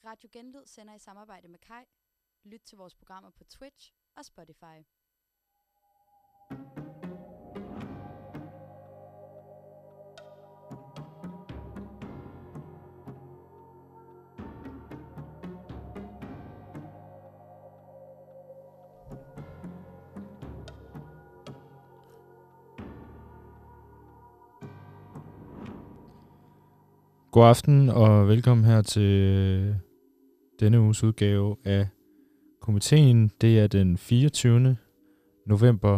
Radio Genlyd sender i samarbejde med Kai. Lyt til vores programmer på Twitch og Spotify. God aften og velkommen her til denne uges udgave af Komiteen. Det er den 24. november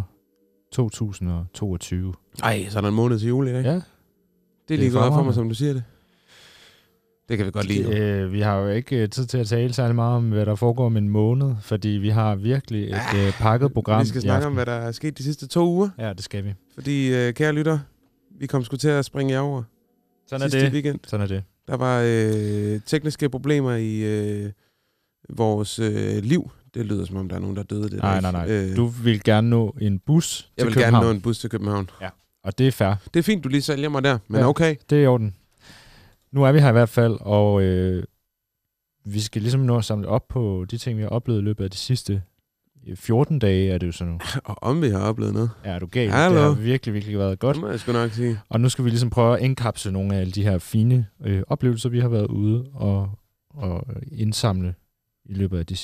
2022. Ej, så er der en måned til jul i dag. Ja. Det er lige godt for mig, som du siger det. Det kan vi godt lide. Vi har jo ikke tid til at tale særlig meget om, hvad der foregår om en måned, fordi vi har virkelig et pakket program. Vi skal snakke om, hvad der er sket de sidste 2 uger. Ja, det skal vi. Fordi, kære lytter, vi kom sgu til at springe jer over. Sådan er det. Weekend. Sådan er det. Der var tekniske problemer i vores liv. Det lyder som om, der er nogen, der døde. Det Nej. Du vil gerne nå en bus til København. Jeg vil gerne nå en bus til København. Ja, og det er fair. Det er fint, du lige sælger mig der, men ja, okay. Det er i orden. Nu er vi her i hvert fald, og vi skal ligesom nå at samle op på de ting, vi har oplevet i løbet af de sidste 14 dage, er det jo sådan nu. Og om vi har oplevet noget. Ja, er du gal? Hallo. Det har virkelig, virkelig været godt. Det må jeg sgu nok sige. Og nu skal vi ligesom prøve at indkapsle nogle af alle de her fine oplevelser, vi har været ude og indsamle i løbet af den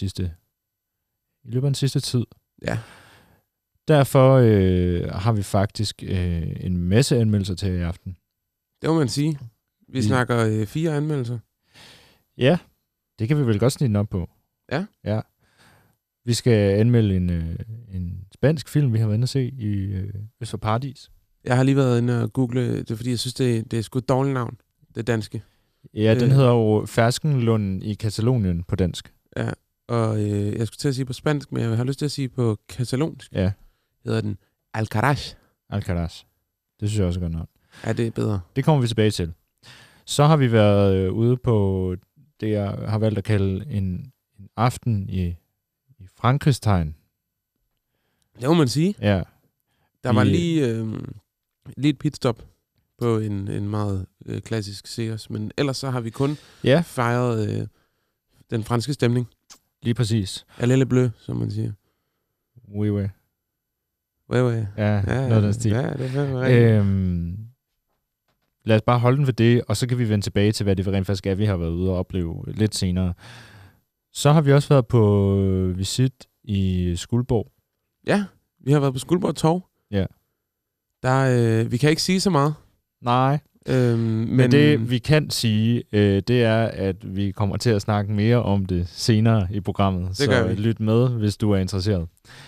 sidste tid. Ja. Derfor har vi faktisk en masse anmeldelser til i aften. Det må man sige. Vi snakker 4 anmeldelser. Ja, det kan vi vel godt snit op på. Ja. Vi skal anmelde en spansk film, vi har været inde at se i Øst for Paradis. Jeg har lige været inde og google, det er fordi, jeg synes, det er sgu et dårligt navn, det danske. Ja, den hedder jo Ferskenlunden i Katalonien på dansk. Ja, og jeg skulle til at sige på spansk, men jeg har lyst til at sige på katalonsk. Ja. Hedder den Alcaraz. Alcaraz. Det synes jeg også er godt navn. Ja, det er bedre. Det kommer vi tilbage til. Så har vi været ude på det, jeg har valgt at kalde en aften i Frankrigstegn. Det må man sige. Ja. Der var lige et pitstop på en meget klassisk series, men ellers så har vi kun fejret den franske stemning. Lige præcis. Allez bleu, som man siger. Oui, oui. Oui, oui. Ja, noget af den stil. Ja, det er rigtigt. Lad os bare holde den for det, og så kan vi vende tilbage til, hvad det rent faktisk er, vi har været ude og opleve lidt senere. Så har vi også været på visit i Skuldborg. Ja, vi har været på Skuldborg Torv. Ja. Der, vi kan ikke sige så meget. Nej, men det vi kan sige, det er, at vi kommer til at snakke mere om det senere i programmet. Så lyt med, hvis du er interesseret.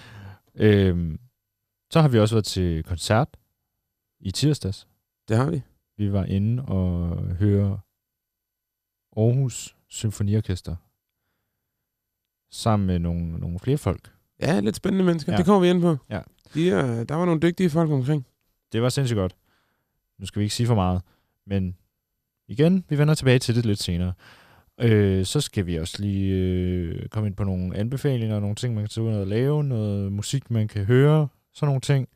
Så har vi også været til koncert i tirsdags. Det har vi. Vi var inde og høre Aarhus Symfoniorkester sammen med nogle flere folk. Ja, lidt spændende mennesker. Ja. Det kommer vi ind på. Ja. Der var nogle dygtige folk omkring. Det var sindssygt godt. Nu skal vi ikke sige for meget. Men igen, vi vender tilbage til det lidt senere. Så skal vi også lige komme ind på nogle anbefalinger, nogle ting, man kan tage ud og lave, noget musik, man kan høre, sådan nogle ting.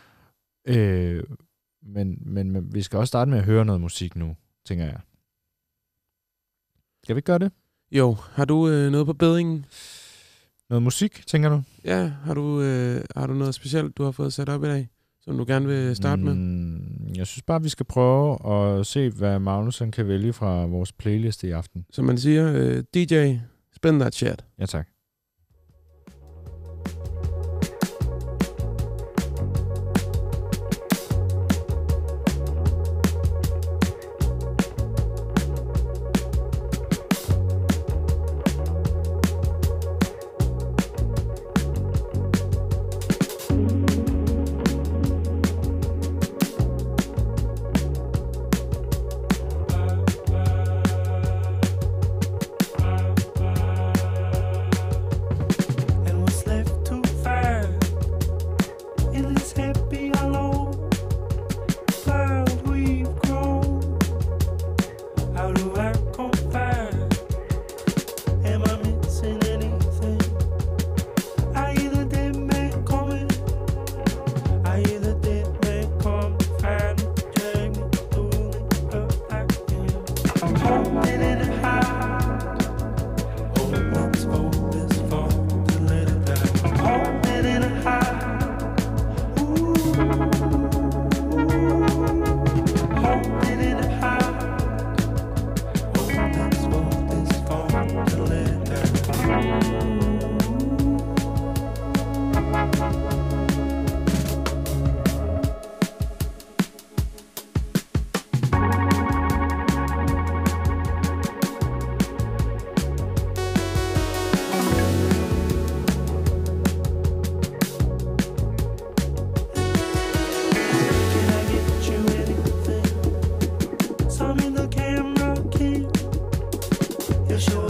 Men vi skal også starte med at høre noget musik nu, tænker jeg. Skal vi ikke gøre det? Jo, har du noget på bedringen? Noget musik, tænker du? Ja, har du noget specielt, du har fået sat op i dag, som du gerne vil starte med? Jeg synes bare, vi skal prøve at se, hvad Magnus kan vælge fra vores playlist i aften. Som man siger, DJ, spin that shit. Ja, tak.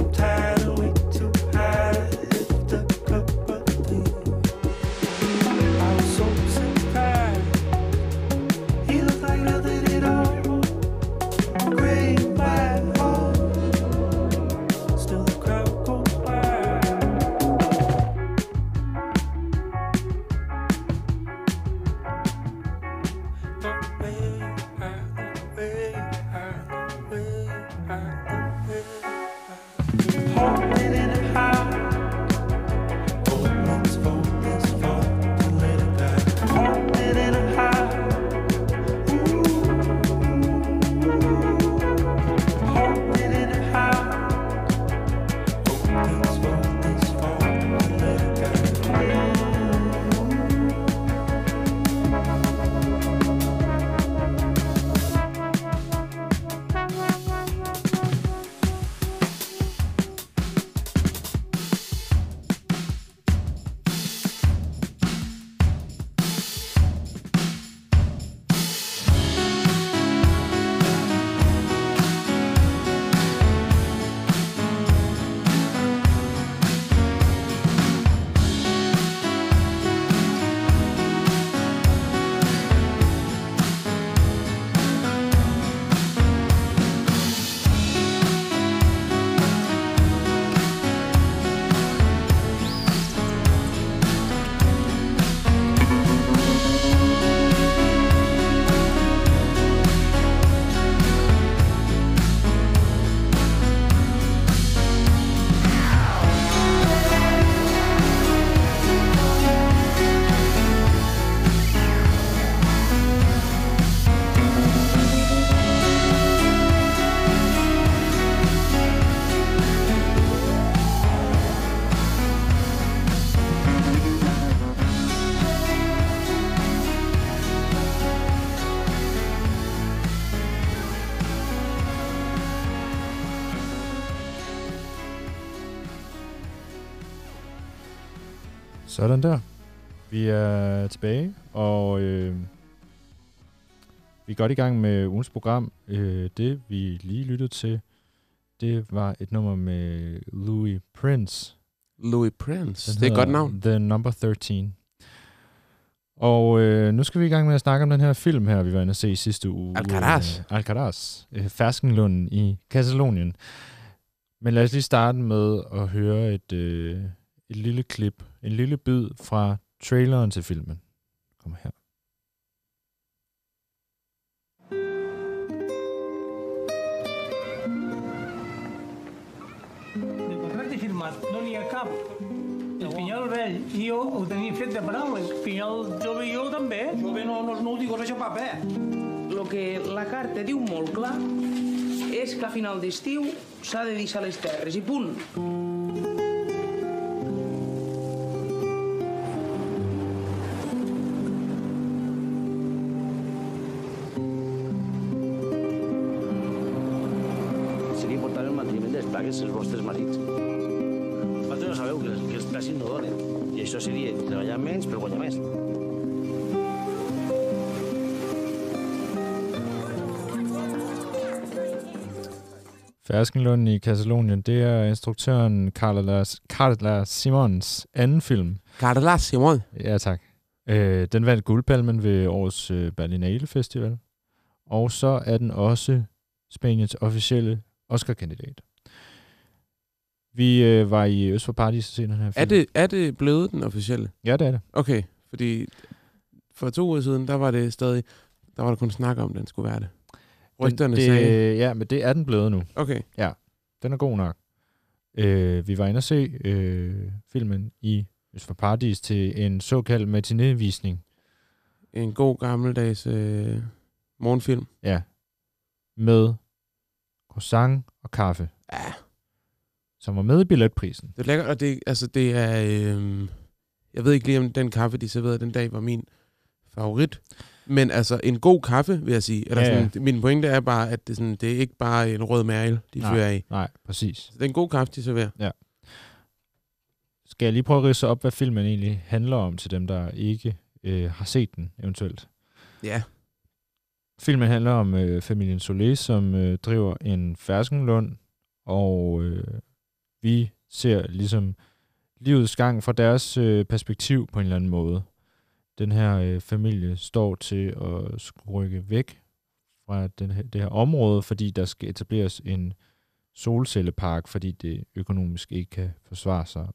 Sådan der. Vi er tilbage, og vi er godt i gang med ugens program. Det, vi lige lyttede til, det var et nummer med Louis Prince. Louis Prince, det er et godt navn. The Number 13. Og nu skal vi i gang med at snakke om den her film her, vi var inde at se i sidste uge. Alcaraz. Ferskenlunden i Katalonien. Men lad os lige starte med at høre et lille klip, en lille bid fra traileren til filmen. Kom her. El contracte firmat no n'hi ha cap. El pinyol vell i jo ho tenim fet de paraula. El pinyol jove i jo també. Jove no ho dic res a paper. El que la carta diu molt clar és que a final d'estiu s'ha de deixar les terres i punt. Seria important el manteniment de les plagues als vostres marits. Vosaltres no sabeu que els plagues no donen. I això seria treballar menys per guanyar més. Ferskenlunden i Katalonien, det er instruktøren Carla Simons anden film. Carla Simon? Ja, tak. Den vandt Guldpalmen ved årets Berlinale Festival. Og så er den også Spaniens officielle Oscar-kandidat. Vi var i Øst for Paradis og se den her film. Er det blevet den officielle? Ja, det er det. Okay, fordi for 2 uger siden, der var der kun snak om, den skulle være det. Rygterne sagde... Ja, men det er den blevet nu. Okay. Ja, den er god nok. Vi var inde og se filmen i Øst for Paradis til en såkaldt matinévisning. En god gammeldags morgenfilm. Ja. Med croissant og kaffe. Ja. Som var med i billetprisen. Det er lækkert, og det er... jeg ved ikke lige, om den kaffe, de serverede den dag, var min favorit. Men altså, en god kaffe, vil jeg sige. Eller sådan, min pointe er bare, at det er ikke bare en rød mærkel, de fører af. Nej, præcis. Så det er en god kaffe, de serverer. Ja. Skal jeg lige prøve at ridse op, hvad filmen egentlig handler om, til dem, der ikke har set den, eventuelt? Ja. Filmen handler om familien Solé, som driver en ferskenlund, og vi ser ligesom livets gang fra deres perspektiv på en eller anden måde. Den her familie står til at skulle rykke væk fra det her område, fordi der skal etableres en solcellepark, fordi det økonomisk ikke kan forsvare sig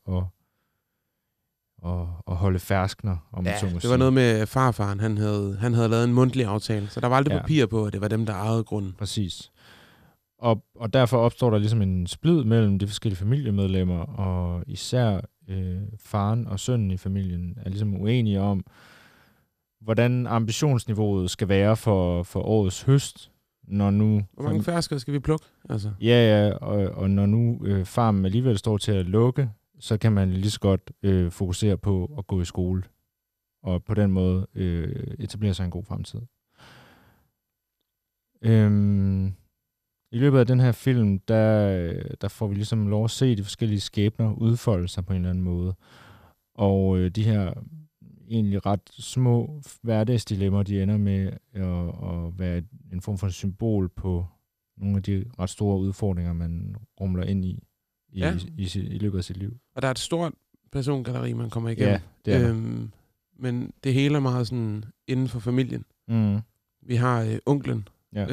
og holde ferskner, om man så må det sige. var noget med farfaren, han havde lavet en mundtlig aftale, så der var aldrig papir på, at det var dem, der ejede grunden. Præcis. Og derfor opstår der ligesom en splid mellem de forskellige familiemedlemmer, og især faren og sønnen i familien er ligesom uenige om, hvordan ambitionsniveauet skal være for årets høst, når nu... Hvor mange fersker skal vi plukke? Altså. Ja, og når nu farmen alligevel står til at lukke, så kan man lige så godt fokusere på at gå i skole, og på den måde etablere sig en god fremtid. I løbet af den her film, der får vi ligesom lov at se de forskellige skæbner udfolde sig på en eller anden måde. Og de her egentlig ret små hverdagsdilemmaer, de ender med at være en form for symbol på nogle af de ret store udfordringer, man rumler ind i løbet af sit liv. Og der er et stort persongalleri, man kommer igennem. Ja, det er men det hele er meget sådan inden for familien. Mm. Vi har onklen,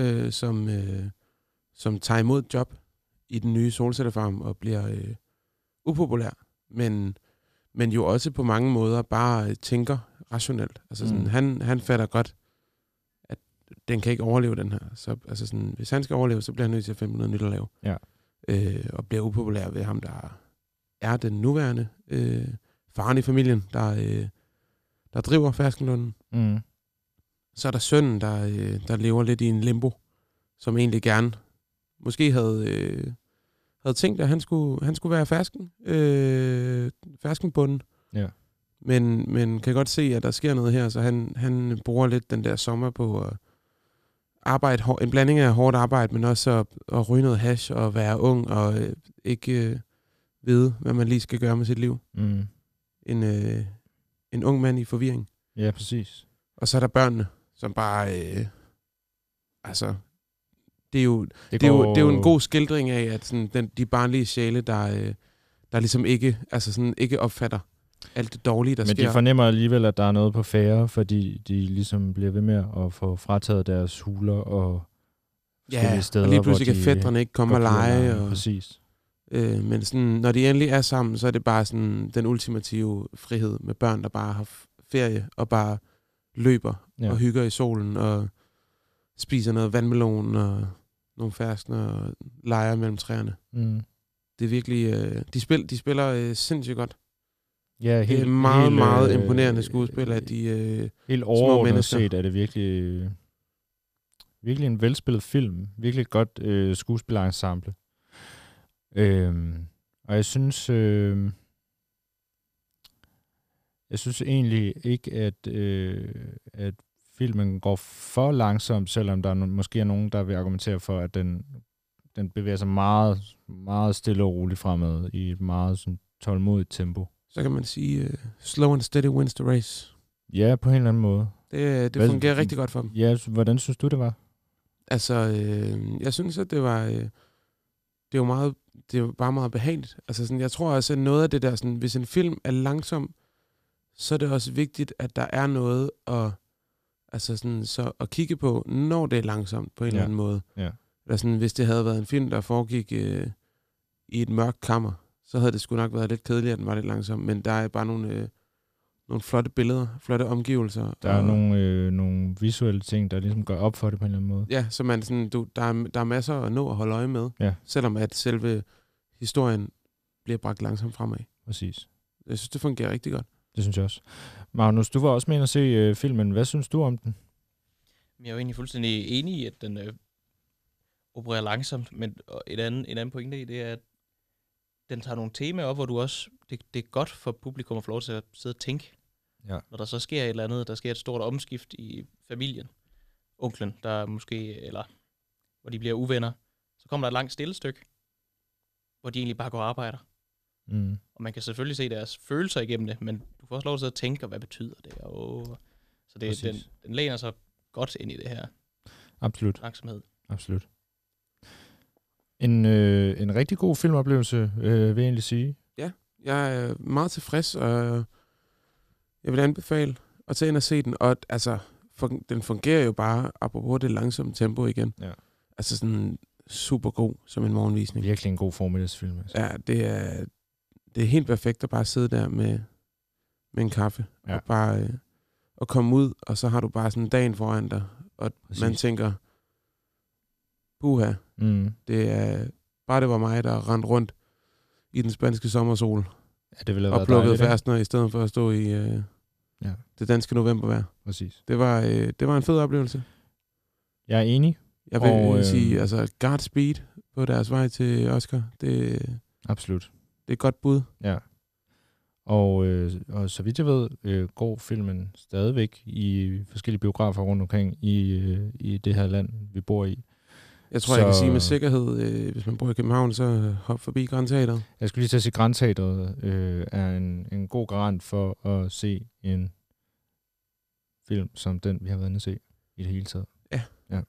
som tager imod job i den nye solcellefarm og bliver upopulær, men jo også på mange måder bare tænker rationelt. Altså sådan, han fatter godt, at den kan ikke overleve den her. Så altså sådan, hvis han skal overleve, så bliver han nødt til at finde noget nyt at lave. Ja. Og bliver upopulær ved ham, der er den nuværende faren i familien, der driver Ferskenlunden. Mm. Så er der sønnen, der lever lidt i en limbo, som egentlig gerne måske havde tænkt, at han skulle være ferskenbunden. Ja. Men kan godt se, at der sker noget her, så han bruger lidt den der sommer på at arbejde, en blanding af hårdt arbejde, men også at ryge noget hash og være ung og ikke vide, hvad man lige skal gøre med sit liv. Mm. En ung mand i forvirring. Ja, præcis. Og så er der børnene, som bare... Det er jo en god skildring af, at sådan, de barnlige sjæle, der ligesom ikke opfatter alt det dårlige, der sker. Men de fornemmer alligevel, at der er noget på færre, fordi de ligesom bliver ved med at få frataget deres huler og forskellige steder, og lige pludselig kan fætrene ikke komme og lege. Og, præcis. Men sådan, når de endelig er sammen, så er det bare sådan den ultimative frihed med børn, der bare har ferie og bare løber og hygger i solen og spiser noget vandmelon og nogle ferskner og leger mellem træerne. Mm. Det er virkelig... De spiller sindssygt godt. Ja, det er meget imponerende skuespil af de helt overordnet set er det virkelig en velspillet film. Virkelig et godt skuespillerensemble. Og jeg synes egentlig ikke, at filmen går for langsomt, selvom der måske er nogen, der vil argumentere for, at den bevæger sig meget, meget stille og roligt fremad i et meget sådan, tålmodigt tempo. Så kan man sige, slow and steady wins the race. Ja, på en eller anden måde. Det fungerer rigtig godt for dem. Ja, hvordan synes du, det var? Altså, jeg synes, at det var bare meget behageligt. Altså, sådan, jeg tror også, at noget af det der, sådan, hvis en film er langsom, så er det også vigtigt, at der er noget at kigge på, når det er langsomt på en eller anden måde. Ja. Eller sådan, hvis det havde været en film, der foregik i et mørkt kammer, så havde det sgu nok været lidt kedeligt, at den var lidt langsom. Men der er bare nogle flotte billeder, flotte omgivelser. Der er nogle visuelle ting, der ligesom går op for det på en eller anden måde. Ja, så man sådan, der er masser at nå at holde øje med, selvom at selve historien bliver bragt langsomt fremad. Præcis. Jeg synes, det fungerer rigtig godt. Det synes jeg også. Magnus, du var også med at se filmen. Hvad synes du om den? Jeg er jo egentlig fuldstændig enig i, at den opererer langsomt, men en anden pointe i det er, at den tager nogle temaer op, hvor du også, det er godt for publikum at få lov til at sidde og tænke. Ja. Når der så sker et eller andet, der sker et stort omskift i familien, onklen, der måske, eller hvor de bliver uvenner, så kommer der et langt stille stykke, hvor de egentlig bare går og arbejder. Mm. Og man kan selvfølgelig se deres følelser igennem det, men du får også lov til at tænke, hvad betyder det? Så den læner sig godt ind i det her. Absolut. Langsomhed. Absolut. En rigtig god filmoplevelse, vil jeg egentlig sige. Ja, jeg er meget tilfreds, og jeg vil anbefale at tage ind og se den. Og altså, den fungerer jo bare, apropos det langsomme tempo igen. Ja. Altså sådan super god som en morgenvisning. Virkelig en god formiddagsfilm. Altså. Ja, det er helt perfekt at bare sidde der med en kaffe. Ja. Og bare at komme ud, og så har du bare sådan dagen foran dig. Og Præcis. man tænker, puha, det er bare det var mig, der rendte rundt i den spanske sommersol. Ja, det ville have og været plukkede dejligt, færstner i stedet for at stå i det danske novembervejr. Præcis. Det var en fed oplevelse. Jeg er enig. Jeg vil sige, altså Godspeed på deres vej til Oscar. Absolut. Det er et godt bud. Ja. Og så vidt jeg ved, går filmen stadigvæk i forskellige biografer rundt omkring i det her land, vi bor i. Jeg tror, jeg kan sige med sikkerhed, hvis man bor i København, så hop forbi Grand Teatret. Jeg skulle lige til at sige, Grand Teatret er en god garant for at se en film som den, vi har været inde at se i det hele taget. Ja.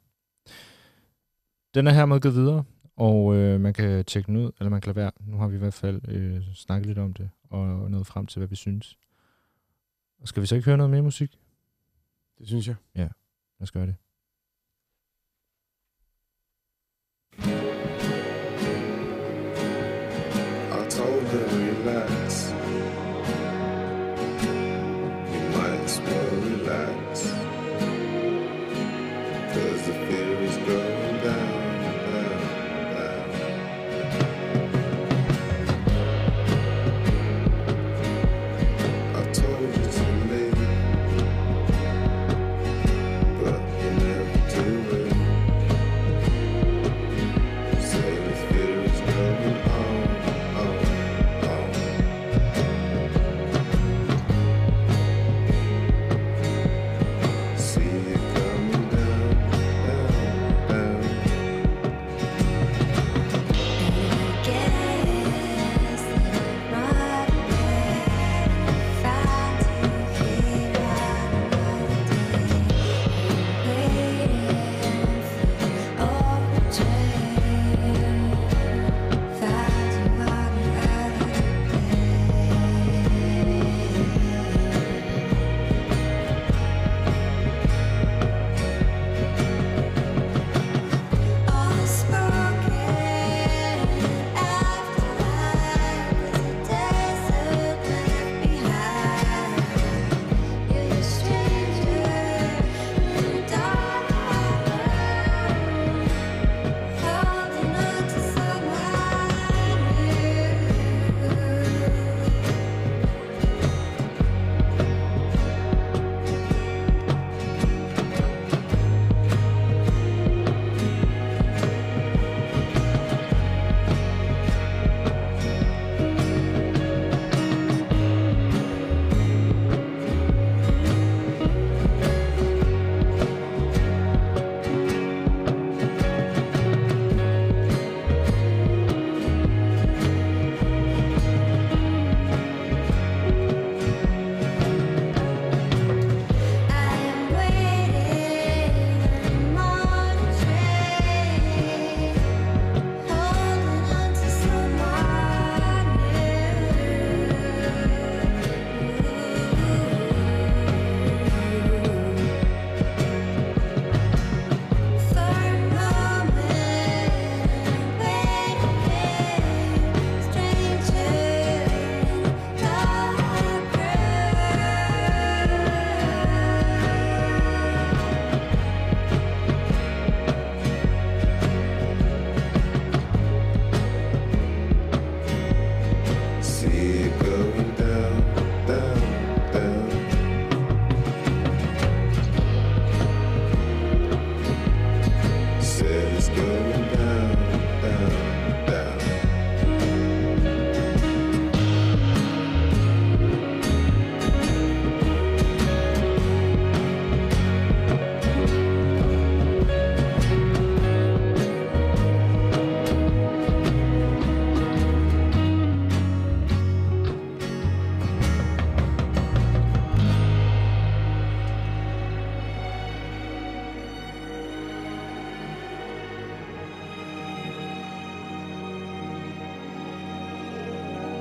Den er hermed gået videre, og man kan tjekke den ud, eller man kan lade være. Nu har vi i hvert fald snakket lidt om det, og nået frem til, hvad vi synes. Og skal vi så ikke høre noget mere musik? Det synes jeg. Ja, lad os gøre det. I told her relax. You might as well relax. 'Cause the fear is going down, down, down. I told you to leave, but you never do it. Say the fear is going on, on, on. See it coming down, down, down.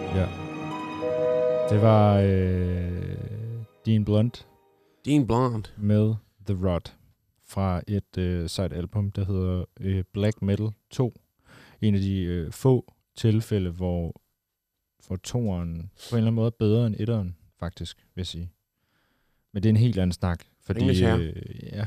Ja. Det var Dean Blunt Dean Blunt med The Rod fra et sejt album, der hedder Black Metal 2. En af de få tilfælde, hvor toeren på en eller anden måde er bedre end etteren, faktisk, vil jeg sige. Men det er en helt anden snak. Fordi, ja.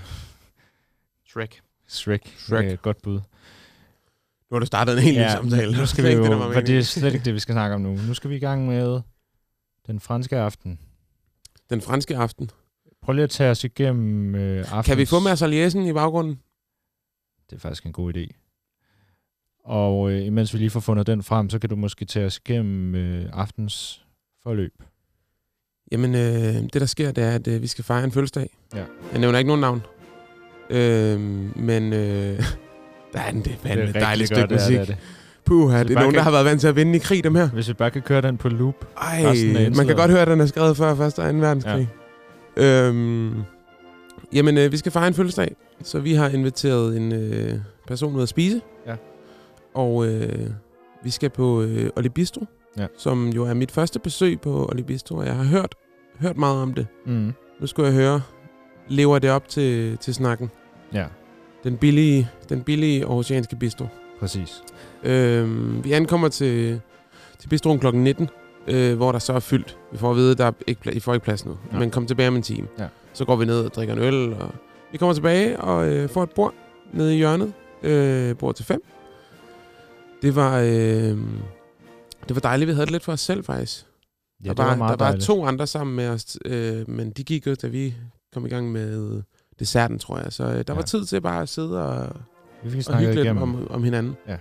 Shrek. Godt bud. Nu har du startet en helt ny samtale. Nu skal vi jo, for det er slet ikke det, vi skal snakke om nu. Nu skal vi i gang med den franske aften. Den franske aften. Prøv lige at tage os igennem aftens... Kan vi få Marseillaisen i baggrunden? Det er faktisk en god idé. Og imens vi lige får fundet den frem, så kan du måske tage os igennem aftens forløb. Jamen, det der sker, det er, at vi skal fejre en fødselsdag. Ja. Jeg nævner ikke nogen navn. Men der er det fandme et dejligt stykke musik. Det. Puha, det er nogen, der har været vant til at vinde i krig, dem her. Hvis vi bare kan køre den på loop. Man kan godt høre, at den er skrevet før 1. og 2. verdenskrig. Ja. Jamen, vi skal fejre en fødselsdag, så vi har inviteret en person ud at spise. Ja. Og vi skal på Oli Bistro, som jo er mit første besøg på Oli Bistro, og jeg har hørt meget om det. Mm. Nu skal jeg høre, lever det op til snakken? Ja. Den billige aarhusianske bistro. Præcis. Vi ankommer til bistroen kl. 19, hvor der så er fyldt. Vi får at vide, at I får ikke plads nu, men kom tilbage om en time. Ja. Så går vi ned og drikker en øl, og vi kommer tilbage og får et bord nede i hjørnet. Bord til 5. Det var dejligt, vi havde det lidt for os selv, faktisk. Ja, det var meget der var 2 andre sammen med os, men de gik jo, da vi kom i gang med desserten, tror jeg. Så der var tid til bare at sidde og hygge lidt om hinanden. Ja.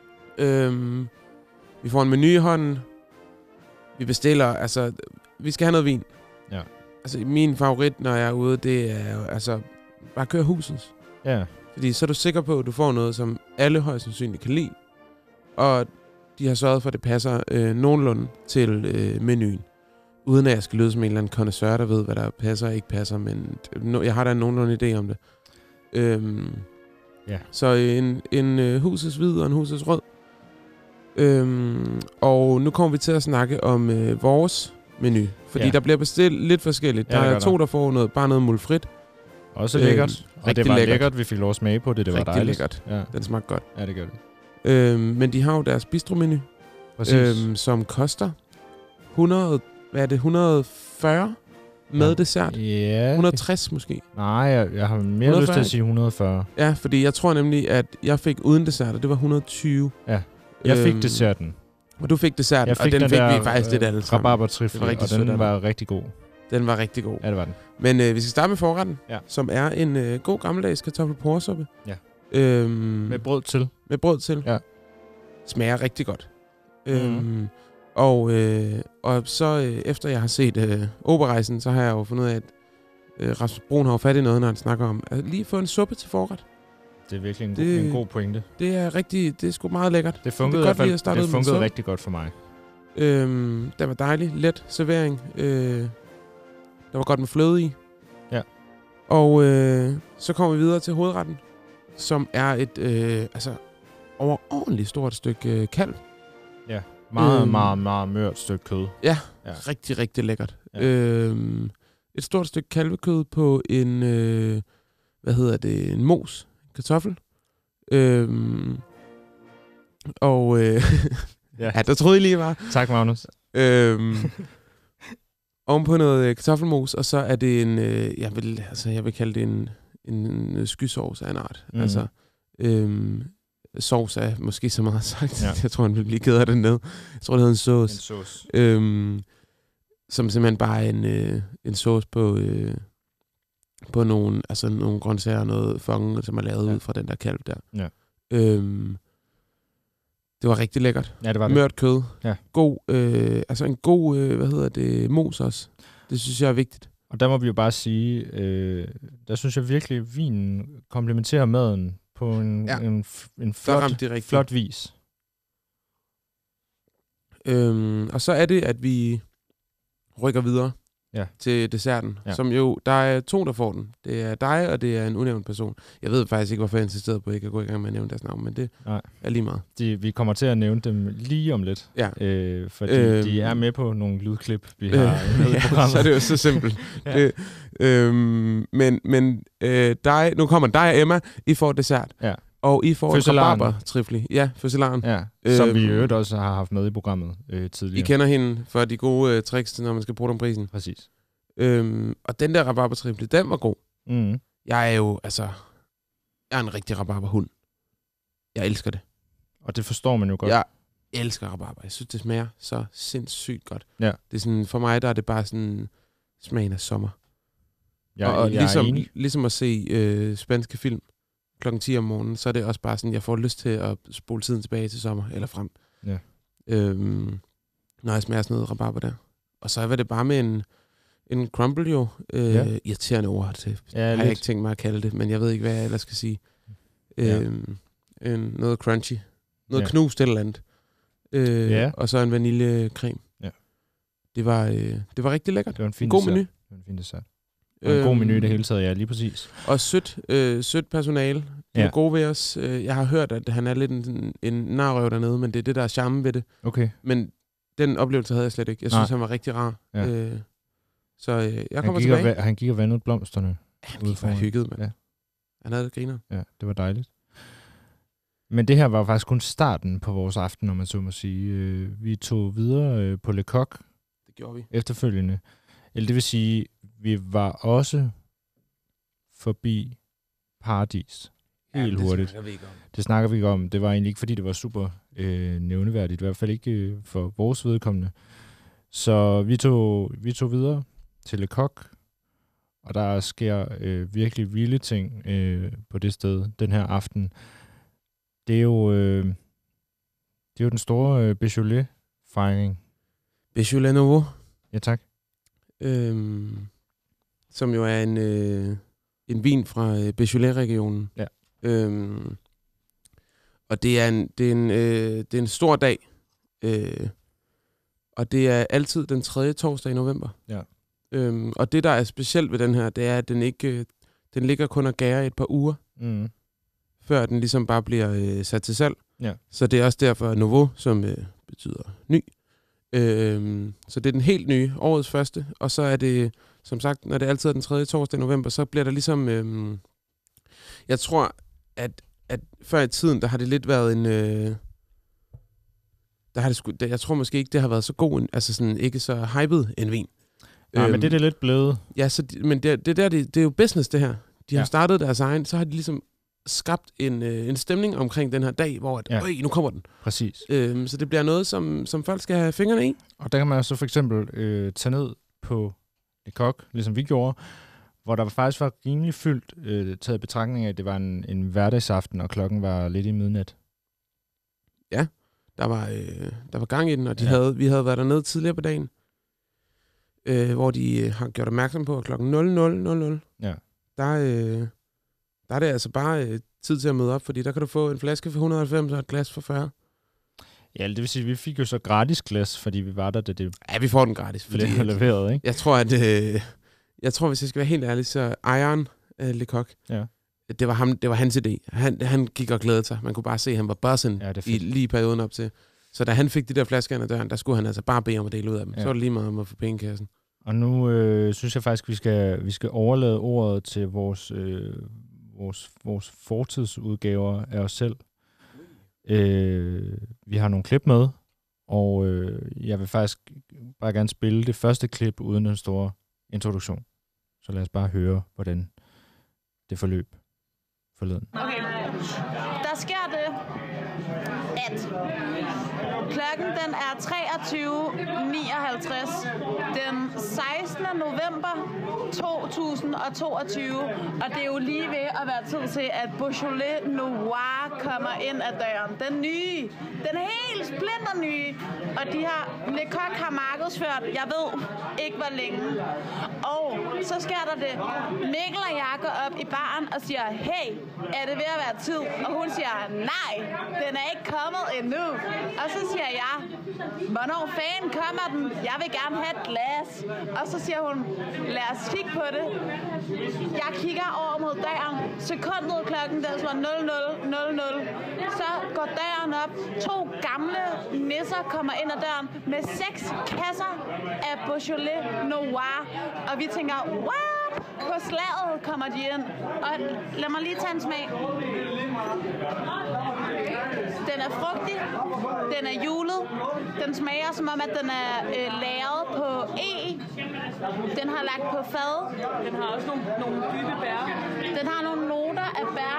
Vi får en menu i hånden. Vi bestiller, altså, vi skal have noget vin. Ja. Altså, min favorit, når jeg er ude, det er altså, bare køre husets. Ja. Fordi så er du sikker på, at du får noget, som alle højst sandsynligt kan lide. Og de har sørget for, at det passer nogenlunde til menuen. Uden at jeg skal lyde som en eller anden connoisseur, der ved, hvad der passer og ikke passer. Men jeg har da nogenlunde idé om det. Så en husets hvid og en husets rød. Og nu kommer vi til at snakke om vores menu. Fordi der bliver bestilt lidt forskelligt. Der er 2, der får noget mulfrit. Også lækkert. Og det var lækkert, vi fik lov at smage på det. Det var rigtig dejligt. Lækkert. Ja. Den smagte godt. Ja, det gør det. Men de har jo deres bistromenu, som koster 140 med dessert. Ja. 160 måske. Nej, jeg har mere 140. Lyst til at sige 140. Ja, fordi jeg tror nemlig, at jeg fik uden dessert, og det var 120. Ja, jeg fik desserten. Og du fik desserten, og den fik vi faktisk lidt alle sammen. Rabarbertrifle, og den var rigtig god. Den var rigtig god. Ja, det var den. Men vi skal starte med forretten, som er en god gammeldags kartoffelporsuppe. Ja. Med brød til. Med brød til. Ja. Smager rigtig godt. Og så efter jeg har set Operarejsen, så har jeg jo fundet ud af, at Rasmus Broen har jo fat i noget, når han snakker om at lige få en suppe til forret. Det er virkelig en god pointe. Det er sgu meget lækkert. Det fungerede i hvert fald. Det fungerede rigtig godt for mig. Der var dejlig, let servering. Der var godt med fløde i. Ja. Og så kommer vi videre til hovedretten, som er et overordentligt stort stykke kalv. Ja, meget mørt stykke kød. Ja, rigtig, rigtig lækkert. Ja. Et stort stykke kalvekød på en, en mos, kartoffel. Ja, der troede jeg lige var. Tak, Magnus. Ovenpå noget kartoffelmos, og så er det en, jeg vil kalde det en skysovs af en art. Mm. Altså, sovs er måske så meget sagt. Ja. Jeg tror, han vil blive ked af den ned. Jeg tror, det hedder en sauce. En sauce. Som simpelthen bare er en sauce på nogle grøntsager og noget fonge, som er lavet ud fra den der kalv der. Ja. Det var rigtig lækkert. Ja, det var det. Mørt kød. Ja. God, en god, mos også. Det synes jeg er vigtigt. Og der må vi jo bare sige, der synes jeg virkelig, at vinen komplementerer maden på en flot vis. Og så er det, at vi rykker videre. til desserten, som jo, der er 2, der får den. Det er dig, og det er en unævnt person. Jeg ved faktisk ikke, hvorfor jeg insisterede på, at jeg kan gå i gang med at nævne deres navn, men det er lige meget. Vi kommer til at nævne dem lige om lidt, fordi de er med på nogle lydklip, vi har i programmet. Så er det jo så simpelt. Men nu kommer dig og Emma, I får dessert. Ja. Og I får en rabarbertrifle. Ja, fødselaren. Ja, som vi i øvrigt også har haft med i programmet tidligere. I kender hende for de gode tricks, når man skal bruge dem prisen. Præcis. Og den der rabarbertrifle, den var god. Mm. Jeg er jo, jeg er en rigtig rabarberhund. Jeg elsker det. Og det forstår man jo godt. Jeg elsker rabarber. Jeg synes, det smager så sindssygt godt. Ja. Det er sådan, for mig, der er det bare sådan smagen af sommer. Jeg ligesom at se spanske film klokken 10 om morgenen, så er det også bare sådan, jeg får lyst til at spole tiden tilbage til sommer, eller frem. Ja. Når jeg smager sådan noget rabarber der. Og så var det bare med en crumble jo. Irriterende ord til. Jeg har ikke tænkt mig at kalde det, men jeg ved ikke, hvad jeg ellers skal sige. Noget crunchy. Noget knust eller andet. Og så en vaniljecreme. Ja. Det var rigtig lækkert. Det var en fin god menu. Det var en fin dessert. Og en god menu i det hele taget, ja, lige præcis. Og sødt personale. De er gode ved os. Jeg har hørt, at han er lidt en narrøv dernede, men det er det, der er charme ved det. Okay. Men den oplevelse havde jeg slet ikke. Jeg synes, han var rigtig rar. Ja. Så jeg kommer tilbage. Han gik og vandede blomsterne. Han gik bare hygget, mand. Ja. Han havde det griner. Ja, det var dejligt. Men det her var faktisk kun starten på vores aften, om man så må sige. Vi tog videre på Le Coq. Det gjorde vi. Efterfølgende. Eller det vil sige, vi var også forbi Paradis. Helt hurtigt. Det snakker vi ikke om. Det var egentlig ikke, fordi det var super nævneværdigt. I hvert fald ikke for vores vedkommende. Så vi tog videre til Le Coq. Og der sker virkelig vilde ting på det sted den her aften. Det er jo den store Beaujolais-fejring. Beaujolais Nouveau. Ja, tak. Som jo er en vin fra Beaujolais-regionen. Ja. Og det er en stor dag. Og det er altid den 3. torsdag i november. Ja. Og det, der er specielt ved den her, det er, at den ligger kun og gærer et par uger, før den ligesom bare bliver sat til salg. Ja. Så det er også derfor Nouveau, som betyder ny. Så det er den helt nye, årets første. Og så er det, som sagt, når det altid er den 3. torsdag i november, så bliver der ligesom... jeg tror, at før i tiden, der har det lidt været en... jeg tror måske ikke, det har været så god, altså sådan ikke så hyped en vin. Nej, men det er lidt blevet. Ja, men det er jo business, det her. De har startet deres egen, så har de ligesom skabt en stemning omkring den her dag, hvor nu kommer den. Præcis. Så det bliver noget, som folk skal have fingrene i. Og der kan man så for eksempel tage ned på Le Coq, ligesom vi gjorde, hvor der faktisk var rimelig fyldt taget betragtning af, at det var en hverdagsaften, og klokken var lidt i midnat. Ja, der var gang i den, og vi havde været dernede tidligere på dagen, hvor de har gjort opmærksom på, at klokken 00:00, der er det altså bare tid til at møde op, fordi der kan du få en flaske for 190 og et glas for 40. Ja, det vil sige, at vi fik jo så gratis glas, fordi vi var der, da det... Ja, vi får den gratis. Fordi det leveret, ikke? Jeg tror, hvis jeg skal være helt ærlig, så ejeren af Le Coq, det var hans idé. Han gik og glædede sig. Man kunne bare se, at han var buzzing lige perioden op til. Så da han fik de der flasker ind ad døren, der skulle han altså bare bede om at dele ud af dem. Ja. Så var det lige meget om at få pengekassen. Og nu synes jeg faktisk, vi skal overlade ordet til vores fortidsudgaver af os selv. Vi har nogle klip med, og jeg vil faktisk bare gerne spille det første klip uden den store introduktion. Så lad os bare høre, hvordan det forløb forleden. Okay, der sker det, at klokken den er 23:59 den 16. november 2022, og det er jo lige ved at være tid til, at Beaujolais Noir kommer ind ad døren. Den nye, den helt splinter nye, og Le Coq har markedsført, jeg ved ikke hvor længe. Og så sker der det, Mikkel og jeg går op i baren og siger, hey, er det ved at være tid? Og hun siger, nej, den er ikke kommet endnu. Og så siger jeg, hvornår hvornår fanden kommer den? Jeg vil gerne have et glas. Og så siger hun, lad os kigge på det. Jeg kigger over mod døren. Sekundet klokken, der slår 00:00. Så går døren op. 2 gamle nisser kommer ind ad døren med 6 kasser af Beaujolais Noir. Og vi tænker, what? På slaget kommer de ind. Og lad mig lige tage en smag. Den er frugtig. Den er julet. Den smager som om, at den er lagret på Den har lagt på fad. Den har også nogle dybe bær. Den har nogle noter af bær.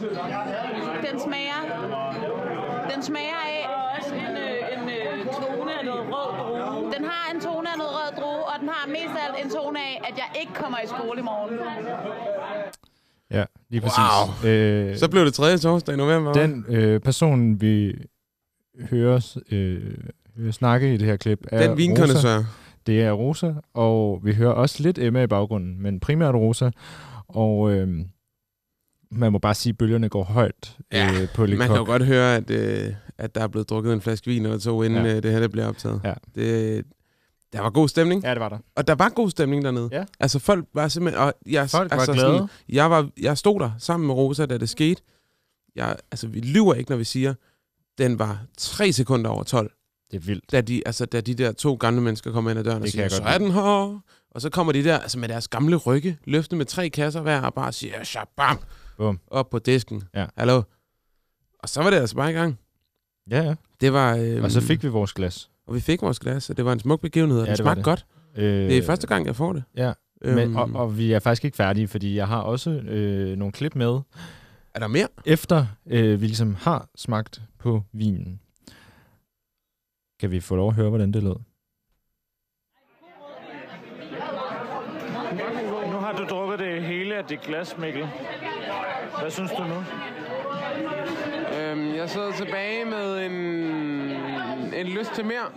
Den smager af... Og også en tone af noget rød drue. Den har en tone af noget rød drue, og den har mest af alt en tone af, at jeg ikke kommer i skole i morgen. Ja, lige præcis. Wow. Så blev det 3. torsdag i november. Den person, vi hører snakke i det her klip, er den vinkondensør. Det er Rosa, og vi hører også lidt Emma i baggrunden, men primært Rosa. Og man må bare sige, at bølgerne går højt på Le Coq. Man kan jo godt høre, at der er blevet drukket en flaske vin eller 2, inden det her bliver optaget. Ja. Der var god stemning. Ja, det var der. Og der var god stemning dernede. Ja. Altså folk var simpelthen... Og folk var glade. Jeg stod der sammen med Rosa, da det skete. Vi lyver ikke, når vi siger, den var 3 sekunder over 12. Det er vildt. Da de der 2 gamle mennesker kommer ind ad døren og siger, så er den her. Og så kommer de der med deres gamle rygge, løftet med 3 kasser hver, og bare siger, shabam, op på disken. Ja. Hallo. Og så var det altså bare i gang. Ja. Det var... og så fik vi vores glas. Og vi fik vores glas, og det var en smuk begivenhed, og det smagte godt. Det er første gang, jeg får det. Ja, og vi er faktisk ikke færdige, fordi jeg har også nogle klip med. Er der mere? Efter vi ligesom har smagt på vinen. Kan vi få lov at høre, hvordan det lød? Nu har du drukket det hele af dit glas, Mikkel. Hvad synes du nu? Jeg sidder tilbage med en lyst til mere.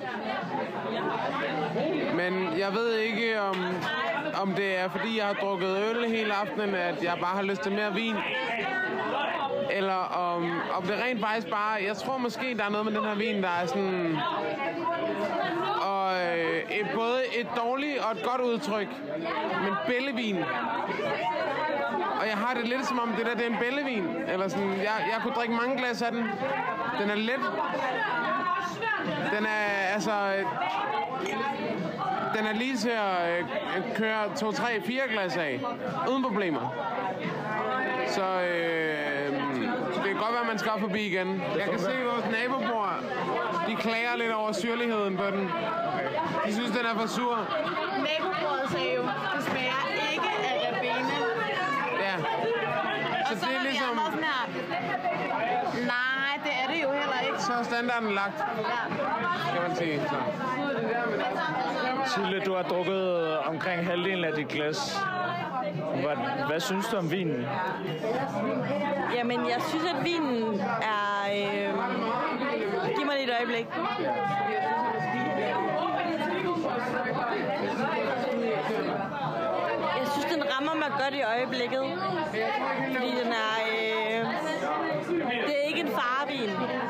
Men jeg ved ikke, om det er, fordi jeg har drukket øl hele aftenen, at jeg bare har lyst til mere vin. Eller om det rent faktisk bare... Jeg tror måske, der er noget med den her vin, der er sådan... Og både et dårligt og et godt udtryk. Men bællevin. Og jeg har det lidt som om, det er en bællevin. Eller sådan, jeg kunne drikke mange glas af den. Den er let. Den er den er lige til at køre 2, 3, 4 glas af. Uden problemer. Så det kan godt være, at man skal op forbi igen. Jeg kan se, at vores nabobor, de klager lidt over syrligheden på den. De synes, den er for sur. Nabobordet sagde jo, det smager ikke af rabene. Ja. Så det er ligesom... Nej, det er det jo heller ikke. Så er standarden lagt. Ja. Kan man sige. Så. Sille, du har drukket omkring halvdelen af dit glas. Hvad synes du om vinen? Jamen, jeg synes, at vinen er... Giv mig lige et øjeblik. Jeg synes, den rammer mig godt i øjeblikket. Fordi den er... det er ikke en farvin.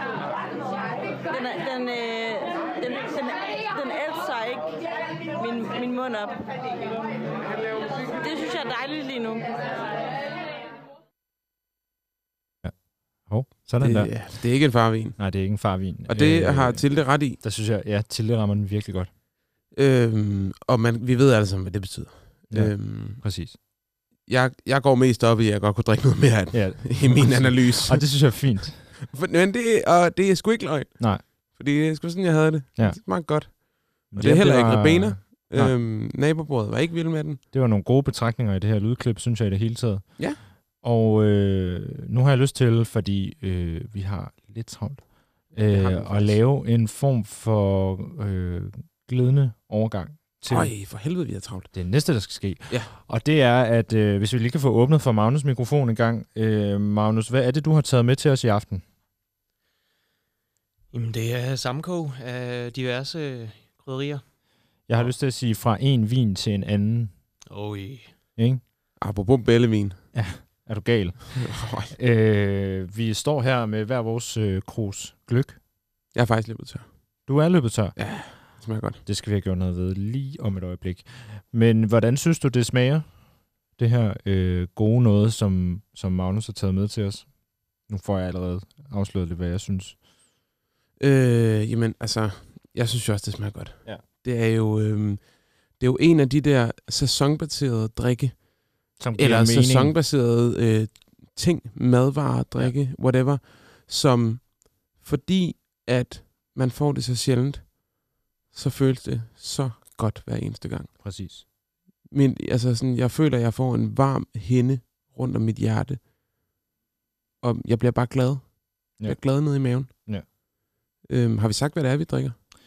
Den ældser ikke min mund op. Det synes jeg er dejligt lige nu. Sådan der. Det er ikke en farvin. Nej, det er ikke en farvin. Og det har Tilde ret i. Der synes jeg, ja, Tilde rammer den virkelig godt. Og vi ved alle sammen, hvad det betyder. Ja, præcis. Jeg går mest op i, at jeg godt kunne drikke noget mere af den, i min analyse. Og det synes jeg er fint. Men det er sgu ikke løgn. Nej. Fordi det er sgu sådan, jeg havde det. Ja. Det smagte godt. Og det er heller ikke rabena. Nabobordet var ikke vild med den. Det var nogle gode betragtninger i det her lydklip, synes jeg i det hele taget. Ja. Og nu har jeg lyst til, fordi vi har lidt travlt, at lave en form for glidende overgang til... Øj, for helvede, vi er travlt. Det næste, der skal ske. Ja. Og det er, at hvis vi lige kan få åbnet for Magnus' mikrofon en gang. Magnus, hvad er det, du har taget med til os i aften? Jamen, det er sammenkog af diverse krydderier. Jeg har lyst til at sige fra en vin til en anden. Ikke? Apropos bællevin. Ja, er du gal? Vi står her med hver vores krus gløgg. Jeg er faktisk lidt tør. Du er løbet tør. Ja, det smager godt. Det skal vi have gjort noget ved lige om et øjeblik. Men hvordan synes du, det smager? Det her gode noget, som Magnus har taget med til os. Nu får jeg allerede afsløret lidt, hvad jeg synes. Jamen, altså, jeg synes jo også, det smager godt. Ja. Det er jo en af de der sæsonbaserede drikke, eller sæsonbaserede ting, madvarer, drikke, whatever, som fordi at man får det så sjældent, så føles det så godt hver eneste gang. Præcis. Jeg føler, at jeg får en varm hinde rundt om mit hjerte, og jeg bliver bare glad. Jeg er glad nede i maven. Ja. Har vi sagt, hvad det er, vi drikker?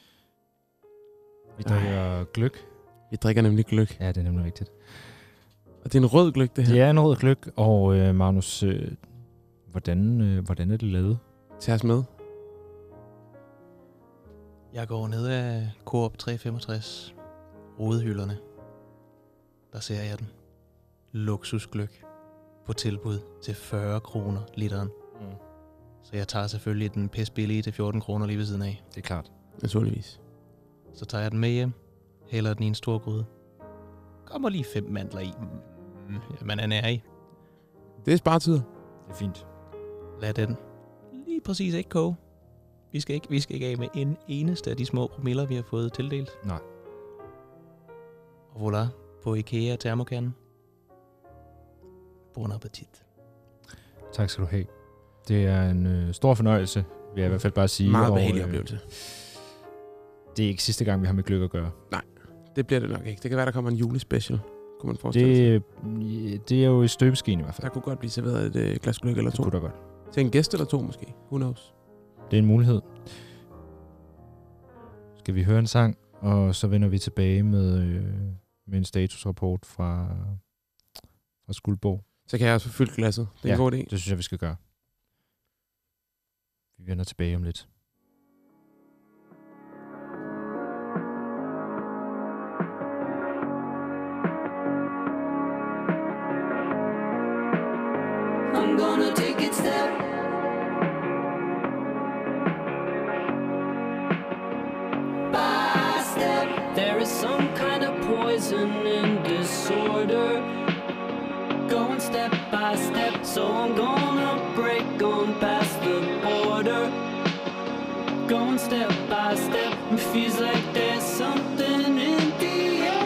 Vi drikker gløgg. Vi drikker nemlig gløgg. Ja, det er nemlig rigtigt. Og det er en rød gløgg, det her. Det er en rød gløgg, og Magnus, hvordan er det lavet? Tag os med. Jeg går ned af Coop 365, rodehylderne. Der ser jeg den. Luksusgløgg på tilbud til 40 kroner literen. Mm. Så jeg tager selvfølgelig den pæsbillige til 14 kroner lige ved siden af. Det er klart. Naturligvis. Så tager jeg den med hjem, hælder den i en stor gryde. Kommer lige 5 mandler i. Man er nær i. Det er sparetider. Det er fint. Lad den lige præcis ikke koge. Vi skal ikke af med en eneste af de små promiller, vi har fået tildelt. Nej. Og voilà, på IKEA termokanden. Bon appetit. Tak skal du have. Det er en stor fornøjelse, vil jeg i hvert fald bare sige. Meget behagelig oplevelse. Det er ikke sidste gang, vi har med gløgg at gøre. Nej, det bliver det nok ikke. Det kan være, der kommer en julespecial, kunne man forestille sig. Det er jo i støbeskeen i hvert fald. Der kunne godt blive serveret et glas gløgg eller 2. Det kunne der godt. Til en gæst eller 2 måske. Who knows? Det er en mulighed. Skal vi høre en sang, og så vender vi tilbage med en statusrapport fra Skuldborg. Så kan jeg også få fyldt glasset. Det er en god idé. Det synes jeg, vi skal gøre. Vi vender tilbage om lidt. I'm gonna take it step by step. There is some kind of poison and disorder. Going step by step, so I'm gonna break on past the border. Going step by step, it feels like there's something in the air.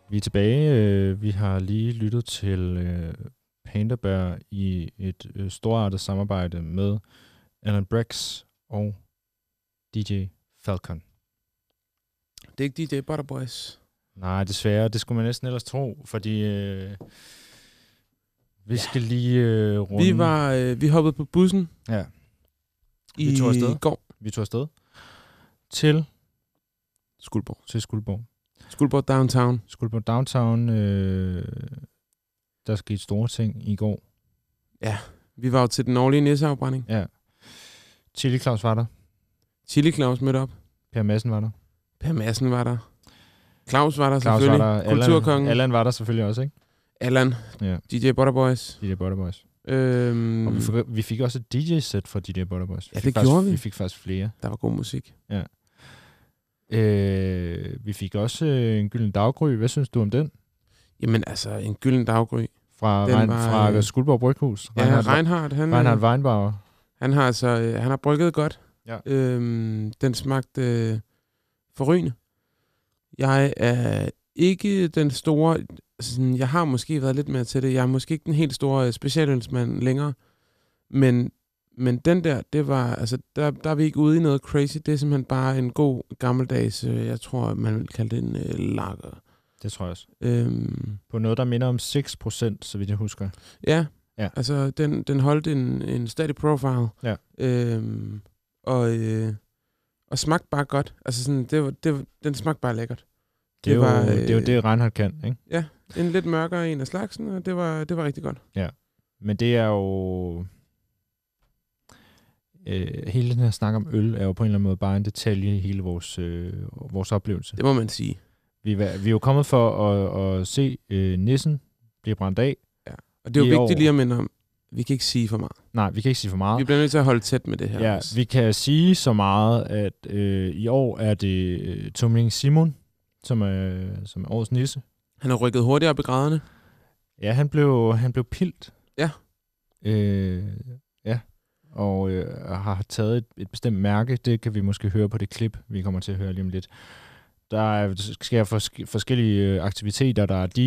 Vi er tilbage. Vi har lige lyttet til Panda Bear i et storartet samarbejde med Alan Brax og DJ Falcon. Det er ikke DJ Butterboys. Nej, desværre. Det skulle man næsten ellers tro, fordi vi skal lige runde. Vi hoppede på bussen. Ja. Vi tog afsted. Går. Vi tog afsted til Skuldborg. Skuldborg Downtown. Skuldborg Downtown. Der skete store ting i går. Ja, vi var jo til den årlige nisseafbrænding. Ja. Chili Claus var der. Chili Claus mødte op. Per Madsen var der. Claus var der selvfølgelig. Kulturkongen. Allan var der selvfølgelig også, ikke? Allan. Ja. DJ Butterboys. Og vi fik også et DJ-sæt fra DJ Butterboys. Ja, det gjorde vi. Vi fik faktisk flere. Der var god musik. Ja. Vi fik også en Gylden Daggry. Hvad synes du om den? Jamen altså, en Gylden Daggry. Fra Skuldborg Bryghus. Ja, Reinhardt Weinbauer. Han har brygget godt. Ja. Den smagte forrygende. Jeg er ikke den store... Sådan, jeg har måske været lidt mere til det. Jeg er måske ikke den helt store specialølsmand længere. Men den der, det var... Altså, der er vi ikke ude i noget crazy. Det er simpelthen bare en god gammeldags... jeg tror, man vil kalde det en lager. Det tror jeg også. På noget, der minder om 6%, så vidt jeg husker. Ja. Altså den holdt en steady profile. Ja. Og smagte bare godt. Altså sådan, den smagte bare lækkert. Det er jo det, Reinhardt kan, ikke? Ja, en lidt mørkere en af slagsen, og det var rigtig godt. Ja, men det er jo... hele den her snak om øl er jo på en eller anden måde bare en detalje i hele vores oplevelse. Det må man sige. Vi er jo kommet for at se nissen blive brændt af. Ja. Og det er jo vigtigt lige at minde om, vi kan ikke sige for meget. Nej, vi kan ikke sige for meget. Vi bliver nødt til at holde tæt med det her. Ja, også. Vi kan sige så meget, at i år er det Tumling Simon, som er årets nisse. Han har rykket hurtigere op i graderne. Ja, han blev pildt. Ja. Ja. Og har taget et bestemt mærke. Det kan vi måske høre på det klip, vi kommer til at høre lige om lidt. Der sker forskellige aktiviteter. Der er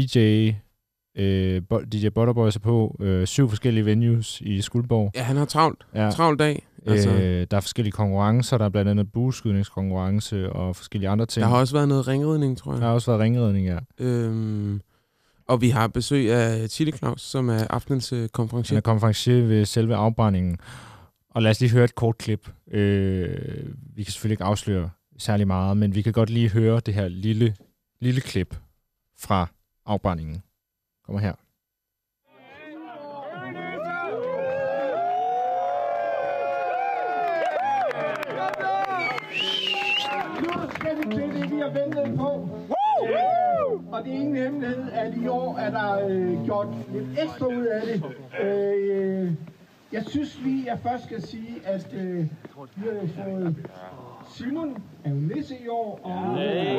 DJ Butterboys er på 7 forskellige venues i Skuldborg. Ja, han har travlt dag. Altså. Der er forskellige konkurrencer. Der er blandt andet bueskydningskonkurrence og forskellige andre ting. Der har også været noget ringridning, tror jeg. Der har også været ringridning, ja. Og vi har besøg af Chili Claus, som er aftenens konferencier. Han er konferencier ved selve afbrændingen. Og lad os lige høre et kort klip. Vi kan selvfølgelig ikke afsløre særlig meget, men vi kan godt lige høre det her lille klip fra afbrændingen. Kommer her. Nu skal vi til det, vi har ventet på. Og det er ingen hemmelighed, at i år er der gjort lidt ekstra ud af det. Jeg synes jeg først skal sige, at vi har jo fået Simon er jo nisse i år, og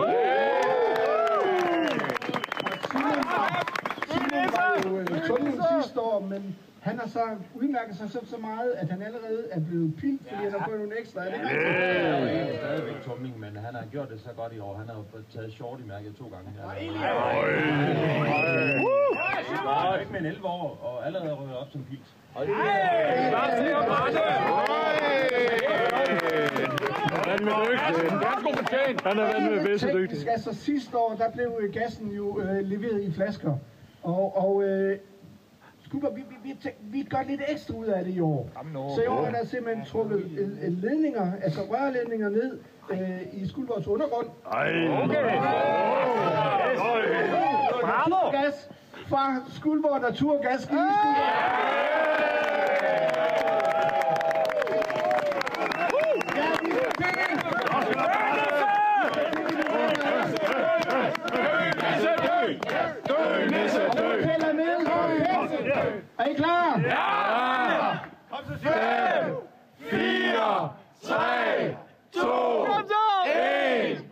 Simon var jo tunnel sidste år, men han har så udmærket sig så meget, at han allerede er blevet pildt, fordi han har fået nogle ekstra af det. Han er stadigvæk tumling, men han har gjort det så godt i år. Han har jo taget shorty-mærket 2 gange. Ikke med en 11 år, og allerede rykket op som pilt. Han er vandet med bedste dygtig. Altså sidste år, der blev gassen jo leveret i flasker. Og vi gør lidt ekstra ud af det i år. Så i år er der simpelthen trukket ledninger, altså rørledninger ned i Skuldborgs undergrund. Naturgas fra Skuldborg Naturgas. Er I klar? Ja! 5, 4, 3, 2, 1.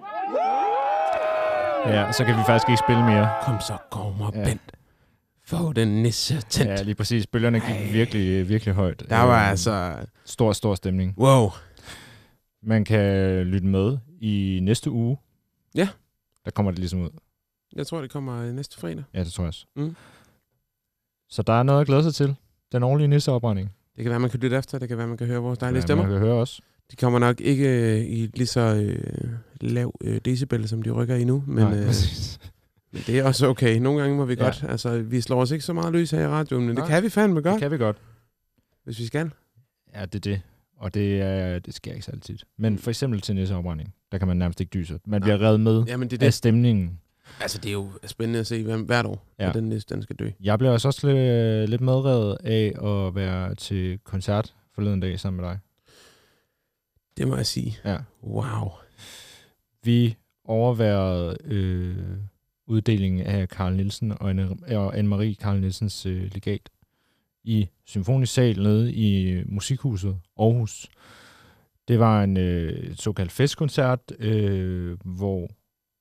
Ja, så kan vi faktisk ikke spille mere. Kom så, Bent. Få den nisse tændt. Ja, lige præcis. Bølgerne gik virkelig, virkelig højt. Der var altså... Stor stemning. Wow. Man kan lytte med i næste uge. Ja. Der kommer det ligesom ud. Jeg tror, det kommer næste fredag. Ja, det tror jeg også. Mm. Så der er noget at glæde sig til. Den årlige nisseopbrænding. Det kan være, man kan lytte efter. Det kan være, man kan høre vores dejlige stemmer. Man kan høre os. De kommer nok ikke i lige så lav decibel, som de rykker i nu. Men, men det er også okay. Nogle gange må vi godt. Altså, vi slår os ikke så meget løs her i radioen, men det kan vi fandme godt. Det kan vi godt. Hvis vi skal. Ja, det er det. Og det sker ikke så altid. Men for eksempel til nisseopbrænding, der kan man nærmest ikke dyse. Man bliver revet med af stemningen. Altså, det er jo spændende at se hvert år, når den næste, den skal dø. Jeg blev også lidt medrevet af at være til koncert forleden dag sammen med dig. Det må jeg sige. Ja. Wow. Vi overværede uddelingen af Carl Nielsen og Anne-Marie Carl Nielsens legat i Symfonisk Sal nede i Musikhuset Aarhus. Det var en såkaldt festkoncert, hvor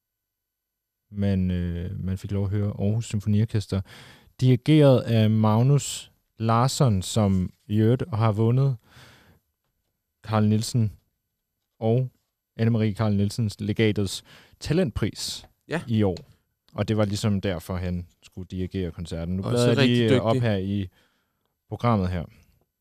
man fik lov at høre Aarhus Symfoniorkester, dirigeret af Magnus Larsson, som i øvrigt har vundet Carl Nielsen og Anne-Marie Carl Nielsens legatets talentpris i år. Og det var ligesom derfor, han skulle dirigere koncerten. Nu bladrer jeg lige op her i programmet her.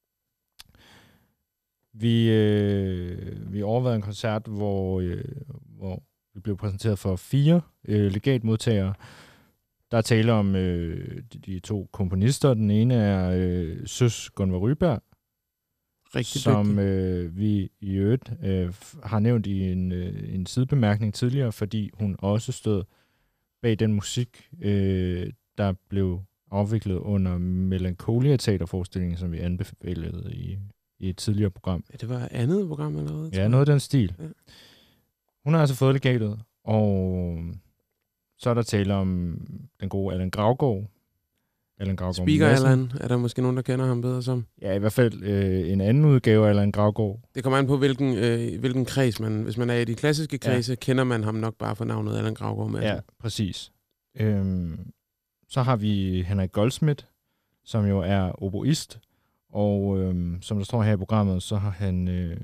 Vi overvejede en koncert, hvor vi blev præsenteret for 4 legatmodtagere. Der er tale om de 2 komponister. Den ene er Søs Gunvar Ryberg, som vi i øvrigt har nævnt i en sidebemærkning tidligere, fordi hun også stod bag den musik, der blev afviklet under Melancholia teaterforestillingen, som vi anbefalede i et tidligere program. Ja, det var andet program allerede? Ja, noget af den stil. Ja. Hun har altså fået legatet, og så er der tale om den gode Allan Gravgaard. Speaker Allan, er der måske nogen, der kender ham bedre som? Ja, i hvert fald en anden udgave af Allan Gravgaard. Det kommer an på, hvilken kreds man... Hvis man er i de klassiske kredse, kender man ham nok bare for navnet Allan Gravgaard med. Ja, præcis. Så har vi Henrik Goldschmidt, som jo er oboist, og som der står her i programmet, så har han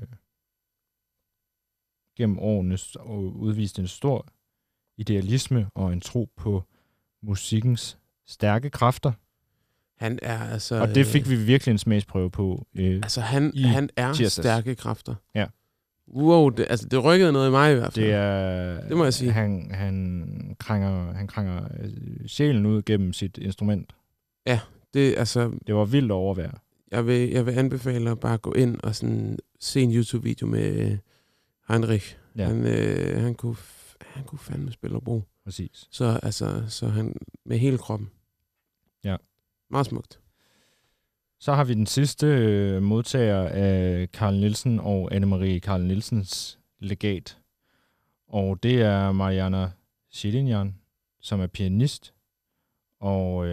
gennem årene udvist en stor idealisme og en tro på musikkens stærke kræfter. Han er altså... Og det fik vi virkelig en smagsprøve på. Altså, han er tirsdags. stærke kræfter. Ja. Wow, det rykkede noget i mig i hvert fald. Det må jeg sige. Han krænger sjælen ud gennem sit instrument. Ja, det var vildt at overvære. Jeg vil anbefale at bare gå ind og sådan se en YouTube-video med Heinrich. Ja. Han kunne fandme spille og bruge. Præcis. Så han med hele kroppen. Ja. Meget smukt. Så har vi den sidste modtager af Carl Nielsen og Anne-Marie Carl Nielsens legat. Og det er Mariana Shirinyan, som er pianist. Og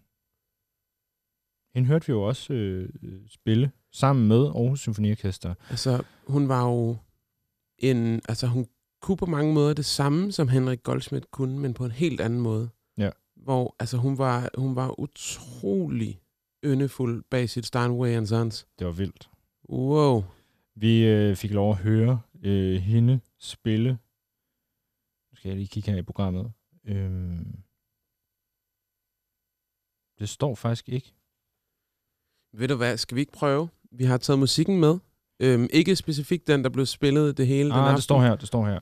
hende hørte vi jo også spille sammen med Aarhus Symfoniorkester. Altså, hun var jo hun kunne på mange måder det samme, som Henrik Goldschmidt kunne, men på en helt anden måde. Ja. Hvor hun var utrolig yndefuld bag sit Steinway & Sons. Det var vildt. Wow. Vi fik lov at høre hende spille. Nu skal jeg lige kigge her i programmet. Det står faktisk ikke. Ved du hvad, skal vi ikke prøve? Vi har taget musikken med. Ikke specifikt den, der blev spillet det hele den aften. Det står her.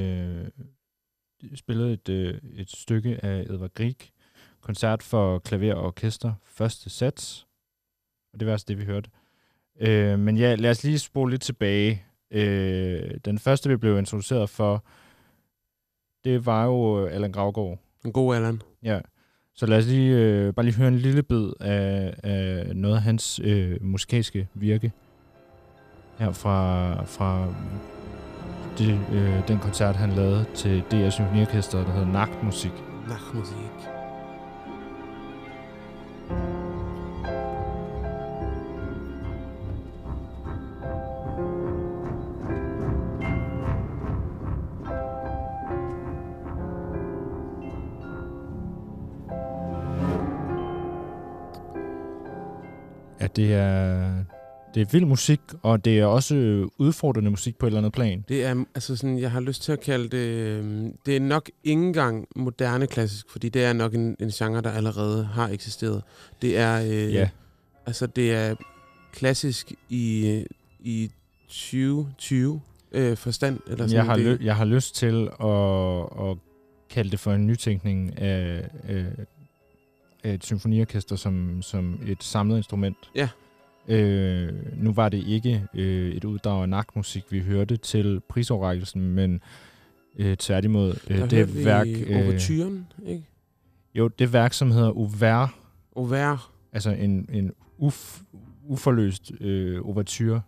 De spillede et stykke af Edvard Grieg. Koncert for klaver og orkester. Første sats. Og det var altså det, vi hørte. Men ja, lad os lige spole lidt tilbage. Den første, vi blev introduceret for, det var jo Allan Gravgaard. En god Allan. Ja. Så lad os bare lige høre en lille bid af noget af hans musikalske virke. Her fra den koncert, han lavede til DR Symfoniorkester, der hedder Nachtmusik. Nachtmusik. Ja, det Det er vild musik, og det er også udfordrende musik på et eller andet plan. Det er, altså sådan, jeg har lyst til at kalde det, det er nok ikke engang moderne klassisk, fordi det er nok en genre, der allerede har eksisteret. Det er, altså det er klassisk i 2020 forstand. Eller sådan jeg har lyst til at kalde det for en nytænkning af et symfoniorkester som et samlet instrument. Ja. Nu var det ikke et uddrag af nakmusik, vi hørte til prisoverrækkelsen, men tværtimod det værk... Ouverturen, ikke? Jo, det værk, som hedder Ouvert. Altså en uforløst ouverture.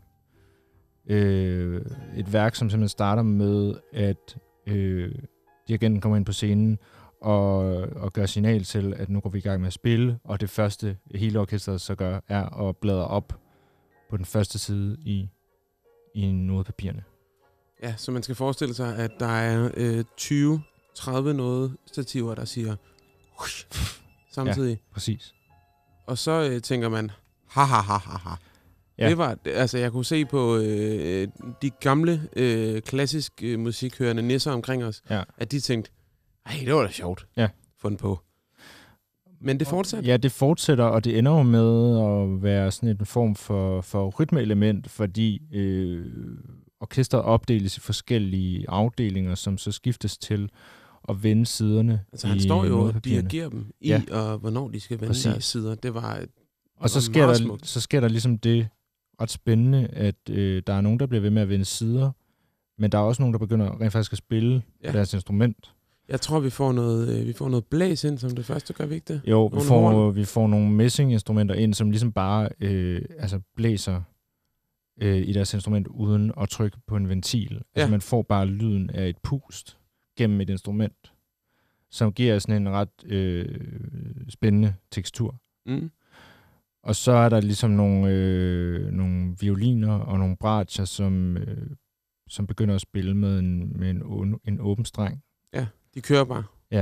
Et værk, som simpelthen starter med, at dirigenten kommer ind på scenen og gør signal til, at nu går vi i gang med at spille, og det første hele orkestret så gør, er at bladre op på den første side i notepapirerne. Ja, så man skal forestille sig, at der er 20-30 stativer, der siger samtidig. Ja, præcis. Og så tænker man, ha. Ja. Det var, altså jeg kunne se på de gamle klassisk musikhørende nisser omkring os, at de tænkte, det var da sjovt fundet på. Men det fortsætter. Ja, det fortsætter, og det ender jo med at være sådan en form for rytmeelement, fordi orkestret opdeles i forskellige afdelinger, som så skiftes til at vende siderne. Altså han står jo og dirigerer dem i, og hvornår de skal vende deres sider. Det var og så sker der ligesom det ret spændende, at der er nogen, der bliver ved med at vende sider, men der er også nogen, der begynder rent faktisk at spille deres instrument. Jeg tror, vi får noget blæs ind som det første, gør vi ikke det? Jo, vi får nogle messinginstrumenter ind, som ligesom bare blæser i deres instrument uden at trykke på en ventil. Ja. Altså man får bare lyden af et pust gennem et instrument, som giver sådan en ret spændende tekstur. Mm. Og så er der ligesom nogle violiner og nogle bratscher, som begynder at spille med en åben streng. Ja, de kører bare. Ja.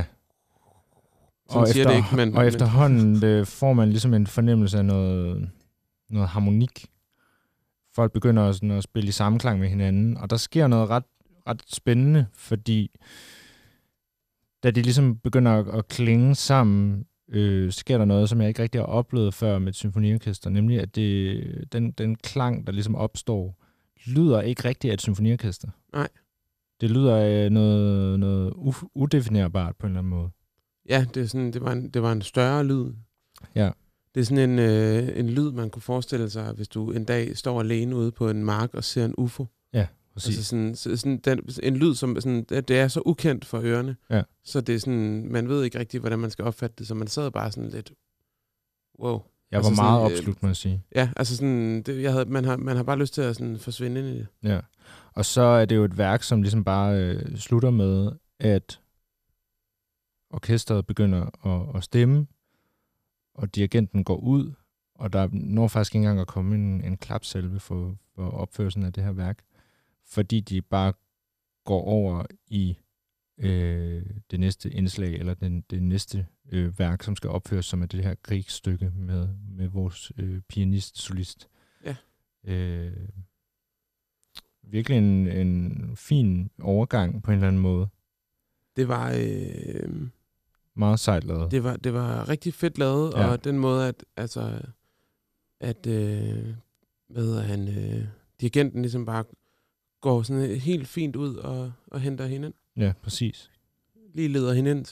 Og efterhånden får man ligesom en fornemmelse af noget harmonik. Folk begynder sådan at spille i sammenklang med hinanden, og der sker noget ret spændende, fordi da de ligesom begynder at klinge sammen, sker der noget, som jeg ikke rigtig har oplevet før med et symfoniorkester, nemlig at den klang, der ligesom opstår, lyder ikke rigtig af et symfoniorkester. Nej. Det lyder af noget udefinerbart på en eller anden måde. Ja, det var en større lyd. Ja. Det er sådan en lyd, man kunne forestille sig, hvis du en dag står alene ude på en mark og ser en UFO. Ja, præcis. Altså en lyd, som sådan, det er så ukendt for ørerne, så det er sådan, man ved ikke rigtig, hvordan man skal opfatte det, så man sad bare sådan lidt, wow. Jeg var meget opslugt, må jeg sige. Ja, altså sådan, man har bare lyst til at sådan forsvinde ind i det. Ja, og så er det jo et værk, som ligesom bare slutter med, at orkestret begynder at stemme, og dirigenten går ud, og der når faktisk ikke engang at komme en klapsalve for opførelsen af det her værk, fordi de bare går over i det næste indslag, eller det næste værk, som skal opføres, som er det her krigsstykke med vores pianist-solist. Ja. Virkelig en fin overgang på en eller anden måde. Det var meget sejt lavet. Det var rigtig fedt lavet, og den måde, dirigenten ligesom bare går sådan helt fint ud og henter hende ind. Ja, præcis. Lige leder hende ind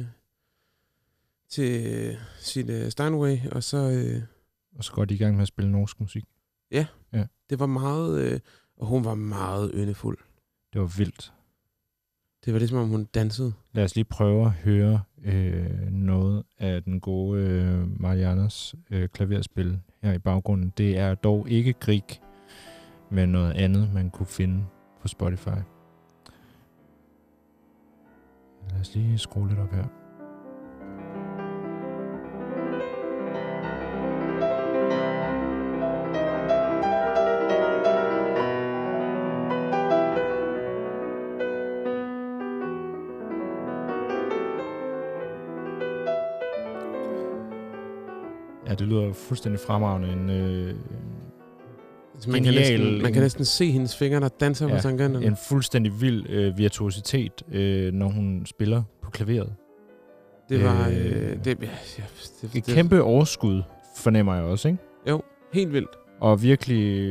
til sit Steinway, og så... Og så går de i gang med at spille norsk musik. Ja. Det var meget... og hun var meget yndefuld. Det var vildt. Det var ligesom om hun dansede. Lad os lige prøve at høre noget af den gode Marianas klaverspil her i baggrunden. Det er dog ikke Grieg, men noget andet, man kunne finde på Spotify. Lad os lige skrue lidt op her. Ja, det lyder fuldstændig fremragende. Man kan næsten se hendes fingre, der danser på tangenterne. En fuldstændig vild virtuositet, når hun spiller på klaveret. Det var... et kæmpe overskud, fornemmer jeg også, ikke? Jo, helt vildt. Og virkelig...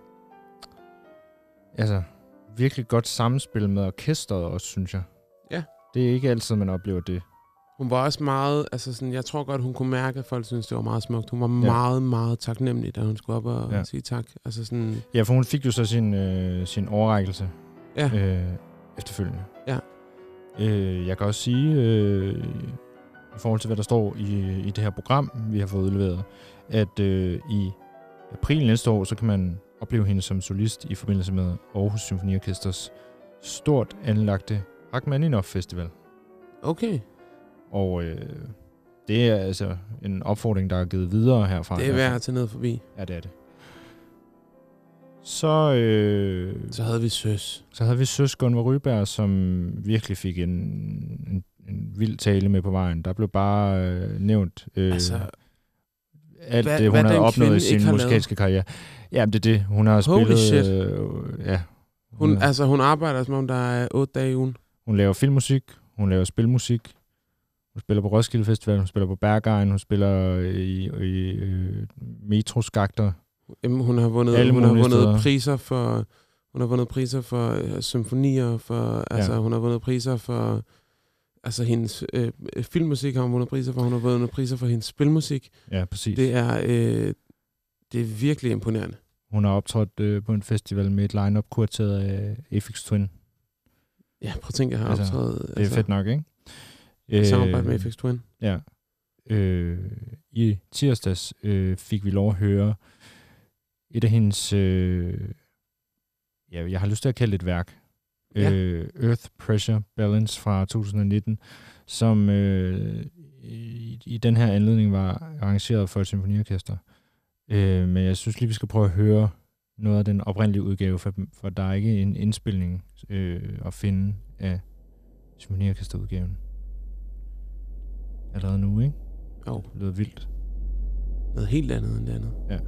virkelig godt samspil med orkestret også, synes jeg. Ja. Det er ikke altid, man oplever det. Hun var også meget... jeg tror godt, hun kunne mærke, at folk synes, det var meget smukt. Hun var meget, meget taknemmelig, da hun skulle op og sige tak. Ja, for hun fik jo så sin overrækkelse efterfølgende. Ja. Jeg kan også sige, i forhold til, hvad der står i det her program, vi har fået udleveret, at i april næste år, så kan man opleve hende som solist i forbindelse med Aarhus Symfoniorkesters stort anlagte Rachmaninoff Festival. Okay. Og det er altså en opfordring, der er givet videre herfra. Det er værd at tage ned forbi. Ja, det er det. Så havde vi Søs. Så havde vi Søs Gunvor Ryberg, som virkelig fik en vild tale med på vejen. Der blev bare nævnt alt det, hun har opnået i sin musikalske karriere. Jamen, det er det. Hun har spillet... Holy shit. Hun arbejder, som om der er 8 dage i ugen. Hun laver filmmusik, hun laver spilmusik, hun spiller på Roskilde Festival, hun spiller på Berghain, hun spiller i metroskakter. Jamen, hun har vundet priser for symfonier, hun har vundet priser for hendes filmmusik, har hun vundet priser for, hun har vundet priser for hendes spilmusik. Ja, præcis. Det er virkelig imponerende. Hun har optrådt på en festival med et line-up kurateret af Aphex Twin. Ja, prøv at tænke, jeg har optrådt. Det er fedt nok, ikke? Samarbejde med Aphex Twin. Ja. I tirsdags fik vi lov at høre et af hendes... jeg har lyst til at kalde det et værk. Earth Pressure Balance fra 2019, som i den her anledning var arrangeret for et symfoniorkester. Men jeg synes lige, vi skal prøve at høre noget af den oprindelige udgave, for der er ikke en indspilning at finde af symfoniorkesterudgaven. Allerede nu, ikke? Jo. Det lyder vildt. Noget helt andet end det andet. Ja.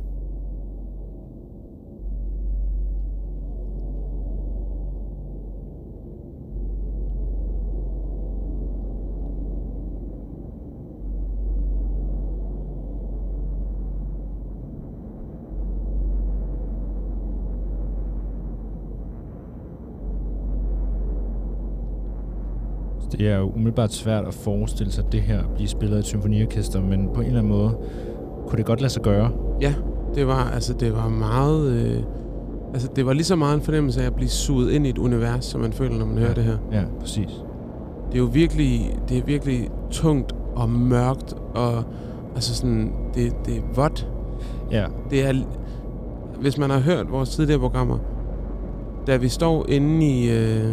Det er jo umiddelbart svært at forestille sig det her blive spillet af et symfoniorkester, men på en eller anden måde kunne det godt lade sig gøre. Ja, det var meget... det var lige så meget en fornemmelse af at blive suget ind i et univers, som man føler, når man hører det her. Ja, præcis. Det er jo virkelig tungt og mørkt, og det er vådt. Ja. Det er... Hvis man har hørt vores tidligere programmer, da vi står inde i...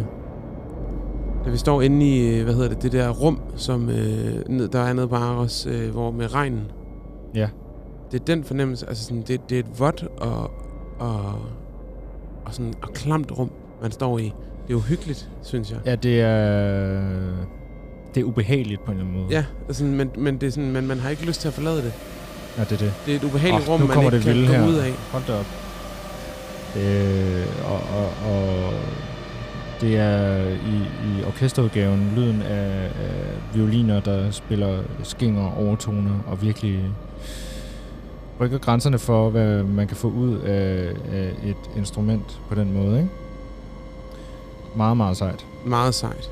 det der rum, som der er nede på Aros, hvor med regnen. Ja. Det er den fornemmelse, det er et vådt og klamt rum, man står i. Det er jo hyggeligt, synes jeg. Ja, det er ubehageligt på en eller anden måde. Ja, men det er sådan, men man har ikke lyst til at forlade det. Ja, det er det. Det er et ubehageligt rum, man ikke kan komme ud af. Hold da op. Og det er i orkesterudgaven lyden af violiner, der spiller skinger, overtoner og virkelig rykker grænserne for, hvad man kan få ud af et instrument på den måde, ikke? Meget, meget sejt. Meget sejt.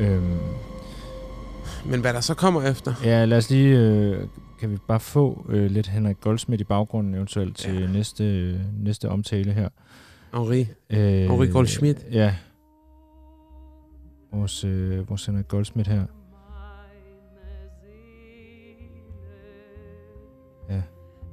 Men hvad der så kommer efter? Ja, lad os lige... kan vi bare få lidt Henrik Goldschmidt i baggrunden eventuelt til næste omtale her? Henri Goldschmidt. Ja. Vores Henrik Goldschmidt her. Ja.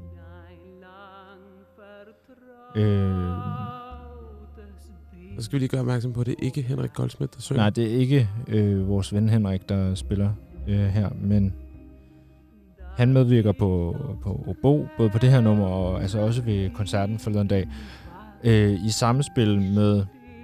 Så skal vi lige gøre opmærksom på, at det er ikke Henrik Goldschmidt, der synger. Nej, det er ikke vores ven Henrik, der spiller her, men han medvirker på obo, både på det her nummer og altså også ved koncerten forleden dag, i samspil med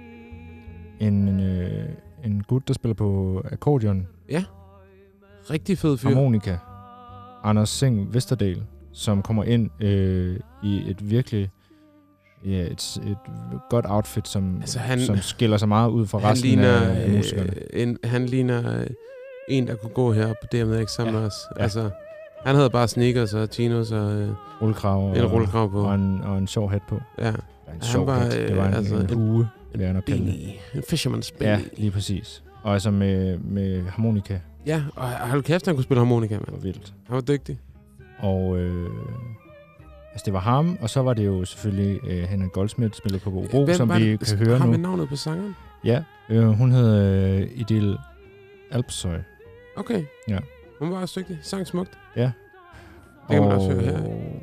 en gut, der spiller på akkordeon. Ja. Rigtig fed fyr. Harmonika. Anders Singh Vesterdal, som kommer ind i et virkelig et godt outfit, som, altså som skiller sig meget ud fra resten af musikerne. Han ligner en, der kunne gå herop på DMX sammen med os. Ja. Altså, han havde bare sneakers og chinos og rullekrav på. Og en sjov hat på. Ja. En sjov hat. Det var en hue, vil jeg nok kalde det. En fisherman's beanie. Ja, lige præcis. Og altså med harmonika. Ja, og hold kæft, han kunne spille harmonika, mand. Det var vildt. Han var dygtig. Og det var ham, og så var det jo selvfølgelig Henrik Goldschmidt, spillet på Bobro, som vi kan høre nu. Har vi navnet på sangeren? Ja, hun hed Idil Alpsøj. Okay. Ja. Hun var også dygtig. Sang smukt. Ja. Det kan man også høre her.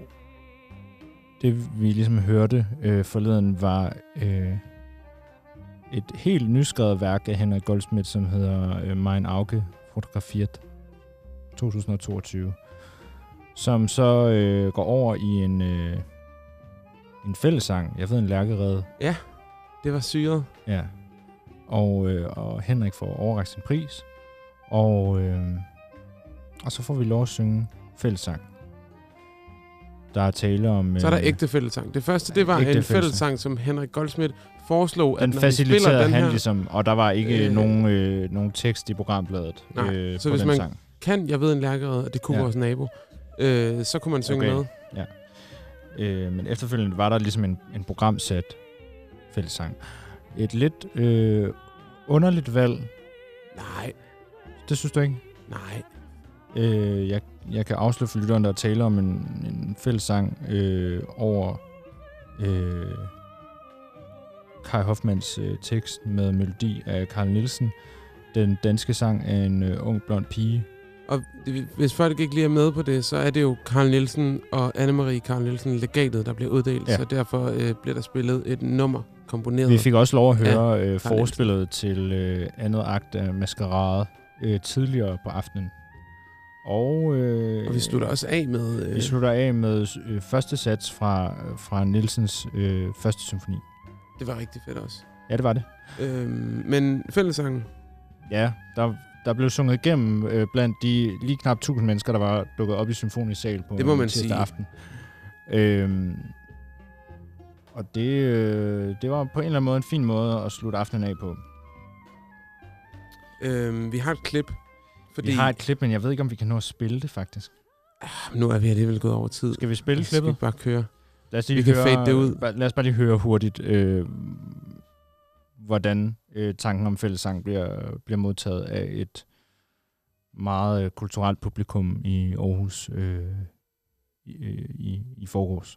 Det vi ligesom hørte forleden var et helt nyskrevet værk af Henrik Goldschmidt, som hedder Mein Auge fotografiert 2022. Som så går over i en fællessang. Jeg ved, en lærkerede. Ja, det var syret. Ja. Og Henrik får overrakt sin pris. Og så får vi lov at synge fællessang. Der er tale om... Så er der ægte fællessang. Det første, det var en fællessang, som Henrik Goldschmidt foreslog, den at når vi spiller den her... ligesom, og der var ikke nogen tekst i programbladet så på hvis den man sang. kan, jeg ved en lærkerede, og det kunne vores nabo, så kunne man synge med. Ja. Men efterfølgende var der ligesom en programsat fællessang. Et lidt underligt valg. Nej. Det synes du ikke? Nej. Jeg kan afsløre for lytteren, der er tale om en fællessang over Kai Hoffmanns tekst med melodi af Carl Nielsen. Den danske sang af en ung blond pige. Og hvis folk ikke lige er med på det, så er det jo Carl Nielsen og Anne-Marie Carl Nielsen legatet, der bliver uddelt. Ja. Så derfor bliver der spillet et nummer komponeret. Vi fik også lov at høre forspillet til andet akt af Maskerade tidligere på aftenen. Og vi slutter også af med... Vi slutter af med første sats fra Nielsens første symfoni. Det var rigtig fedt også. Ja, det var det. Men fællessangen? Ja, der blev sunget igennem blandt de lige knap 1000 mennesker, der var dukket op i symfonisal på tirsdag aften. Og det var på en eller anden måde en fin måde at slutte aftenen af på. Vi har et klip. Vi har et klip, men jeg ved ikke, om vi kan nå at spille det, faktisk. Nu er vi alligevel gået over tid. Skal vi spille klippet? Skal vi bare køre? Vi kan fade det ud. Lad os bare lige høre hurtigt, hvordan tanken om fællessang bliver modtaget af et meget kulturelt publikum i Aarhus i forgårs.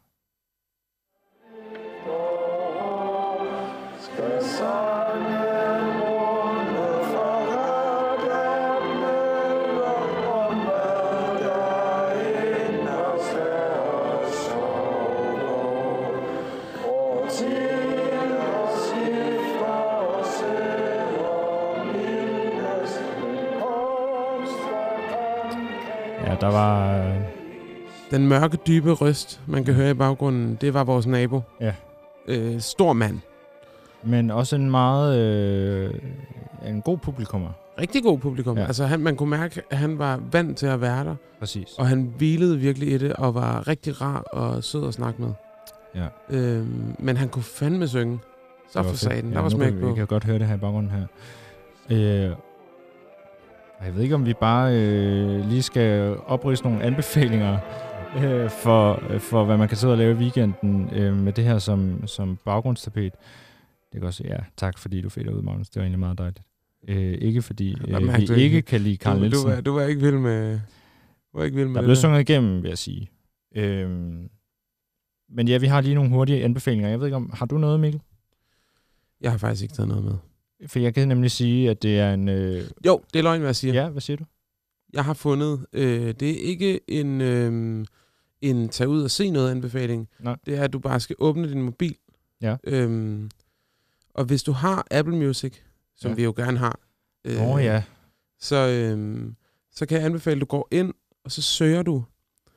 Ja, der var... Den mørke, dybe røst, man kan høre i baggrunden, det var vores nabo. Ja. Stor mand. Men også en meget... en god publikummer. Rigtig god publikum. Ja. Altså, man kunne mærke, at han var vant til at være der. Præcis. Og han hvilede virkelig i det, og var rigtig rar og sød at snakke med. Ja. Men han kunne fandme synge. Så for satan. Der var smæk på. Vi kan godt høre det her i baggrunden her. Jeg ved ikke, om vi bare lige skal opridse nogle anbefalinger for hvad man kan sidde og lave i weekenden med det her som baggrundstapet. Det kan også ja, tak fordi du fik dig ud, Magnus. Det var egentlig meget dejligt. Ikke fordi vi ikke kan lide Carl Nielsen. Du var ikke vild med... Der blev sunget igennem, vil jeg sige. Men ja, vi har lige nogle hurtige anbefalinger. Jeg ved ikke om... Har du noget, Mikkel? Jeg har faktisk ikke taget noget med. For jeg kan nemlig sige, at det er en... Jo, det er løgn, hvad jeg siger. Ja, hvad siger du? Jeg har fundet... det er ikke en tage ud og se noget anbefaling. Nej. Det er, at du bare skal åbne din mobil. Ja. Og hvis du har Apple Music, som vi jo gerne har... ja. Så kan jeg anbefale, at du går ind, og så søger du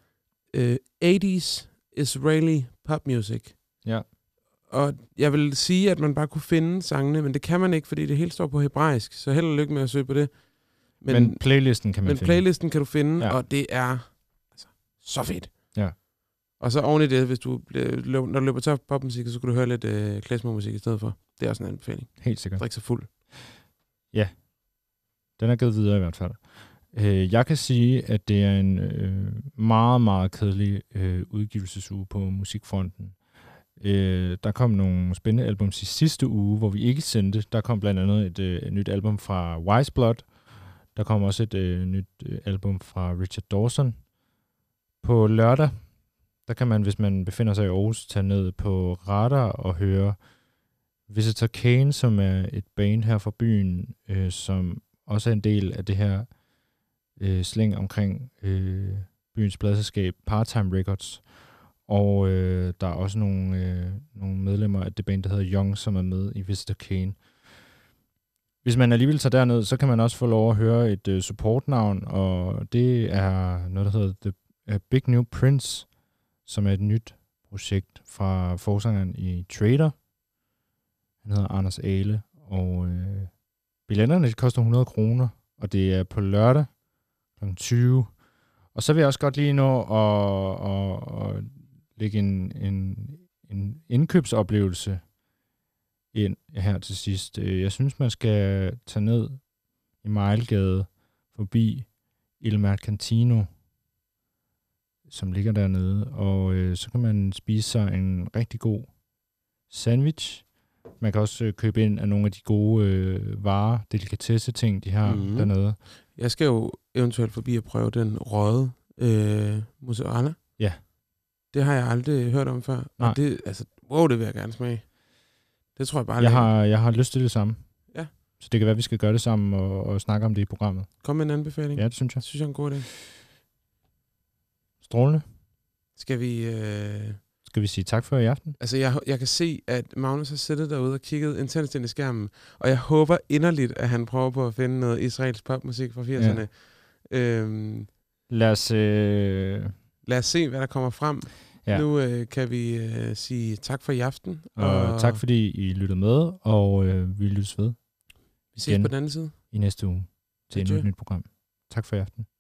80's Israeli pop music. Ja. Og jeg vil sige, at man bare kunne finde sangene, men det kan man ikke, fordi det hele står på hebraisk, så held og lykke med at søge på det. Men playlisten kan man finde. Men playlisten kan du finde, og det er altså, så fedt. Ja. Og så oven i det, hvis du når du løber tør for popmusik, så kan du høre lidt klezmer-musik i stedet for. Det er også en anbefaling. Helt sikkert. Drik så fuld. Ja, den er givet videre i hvert fald. Jeg kan sige, at det er en meget, meget kedelig udgivelsesuge på musikfronten. Der kom nogle spændende albums i sidste uge, hvor vi ikke sendte. Der kom blandt andet et nyt album fra Wise Blood. Der kom også et nyt album fra Richard Dawson. På lørdag, der kan man, hvis man befinder sig i Aarhus, tage ned på Radar og høre Visitor Kane, som er et band her fra byen, som også er en del af det her slæng omkring byens pladselskab Part-Time Records. Og der er også nogle medlemmer af det band, der hedder Young, som er med i Visitor Kane. Hvis man alligevel tager derned, så kan man også få lov at høre et supportnavn, og det er noget, der hedder The Big New Prince, som er et nyt projekt fra forsangeren i Trader. Han hedder Anders Ale, og billetterne koster 100 kroner, og det er på lørdag kl. 20. Og så vil jeg også godt lige nå at lægge en indkøbsoplevelse ind her til sidst. Jeg synes, man skal tage ned i Mejlgade forbi Il Mercantino, som ligger dernede, og så kan man spise sig en rigtig god sandwich. Man kan også købe ind af nogle af de gode varer, delikatesse ting, de har dernede. Jeg skal jo eventuelt forbi og prøve den røde mozzarella. Ja. Det har jeg aldrig hørt om før. Nej. Og det, altså, det vil jeg gerne smage. Det tror jeg bare... Jeg har lyst til det samme. Ja. Så det kan være, at vi skal gøre det sammen og snakke om det i programmet. Kom med en anbefaling. Ja, det synes jeg. Det synes jeg er en god idé. Strålende. Skal vi sige tak for i aften? Altså, jeg kan se, at Magnus har siddet derude og kigget intenst ind i skærmen, og jeg håber inderligt, at han prøver på at finde noget israelsk popmusik fra 80'erne. Ja. Lad os se, hvad der kommer frem. Ja. Nu kan vi sige tak for i aften. Og tak fordi I lyttede med, og vi lyttes ved. Vi ses på den anden side. I næste uge til et nyt program. Tak for i aften.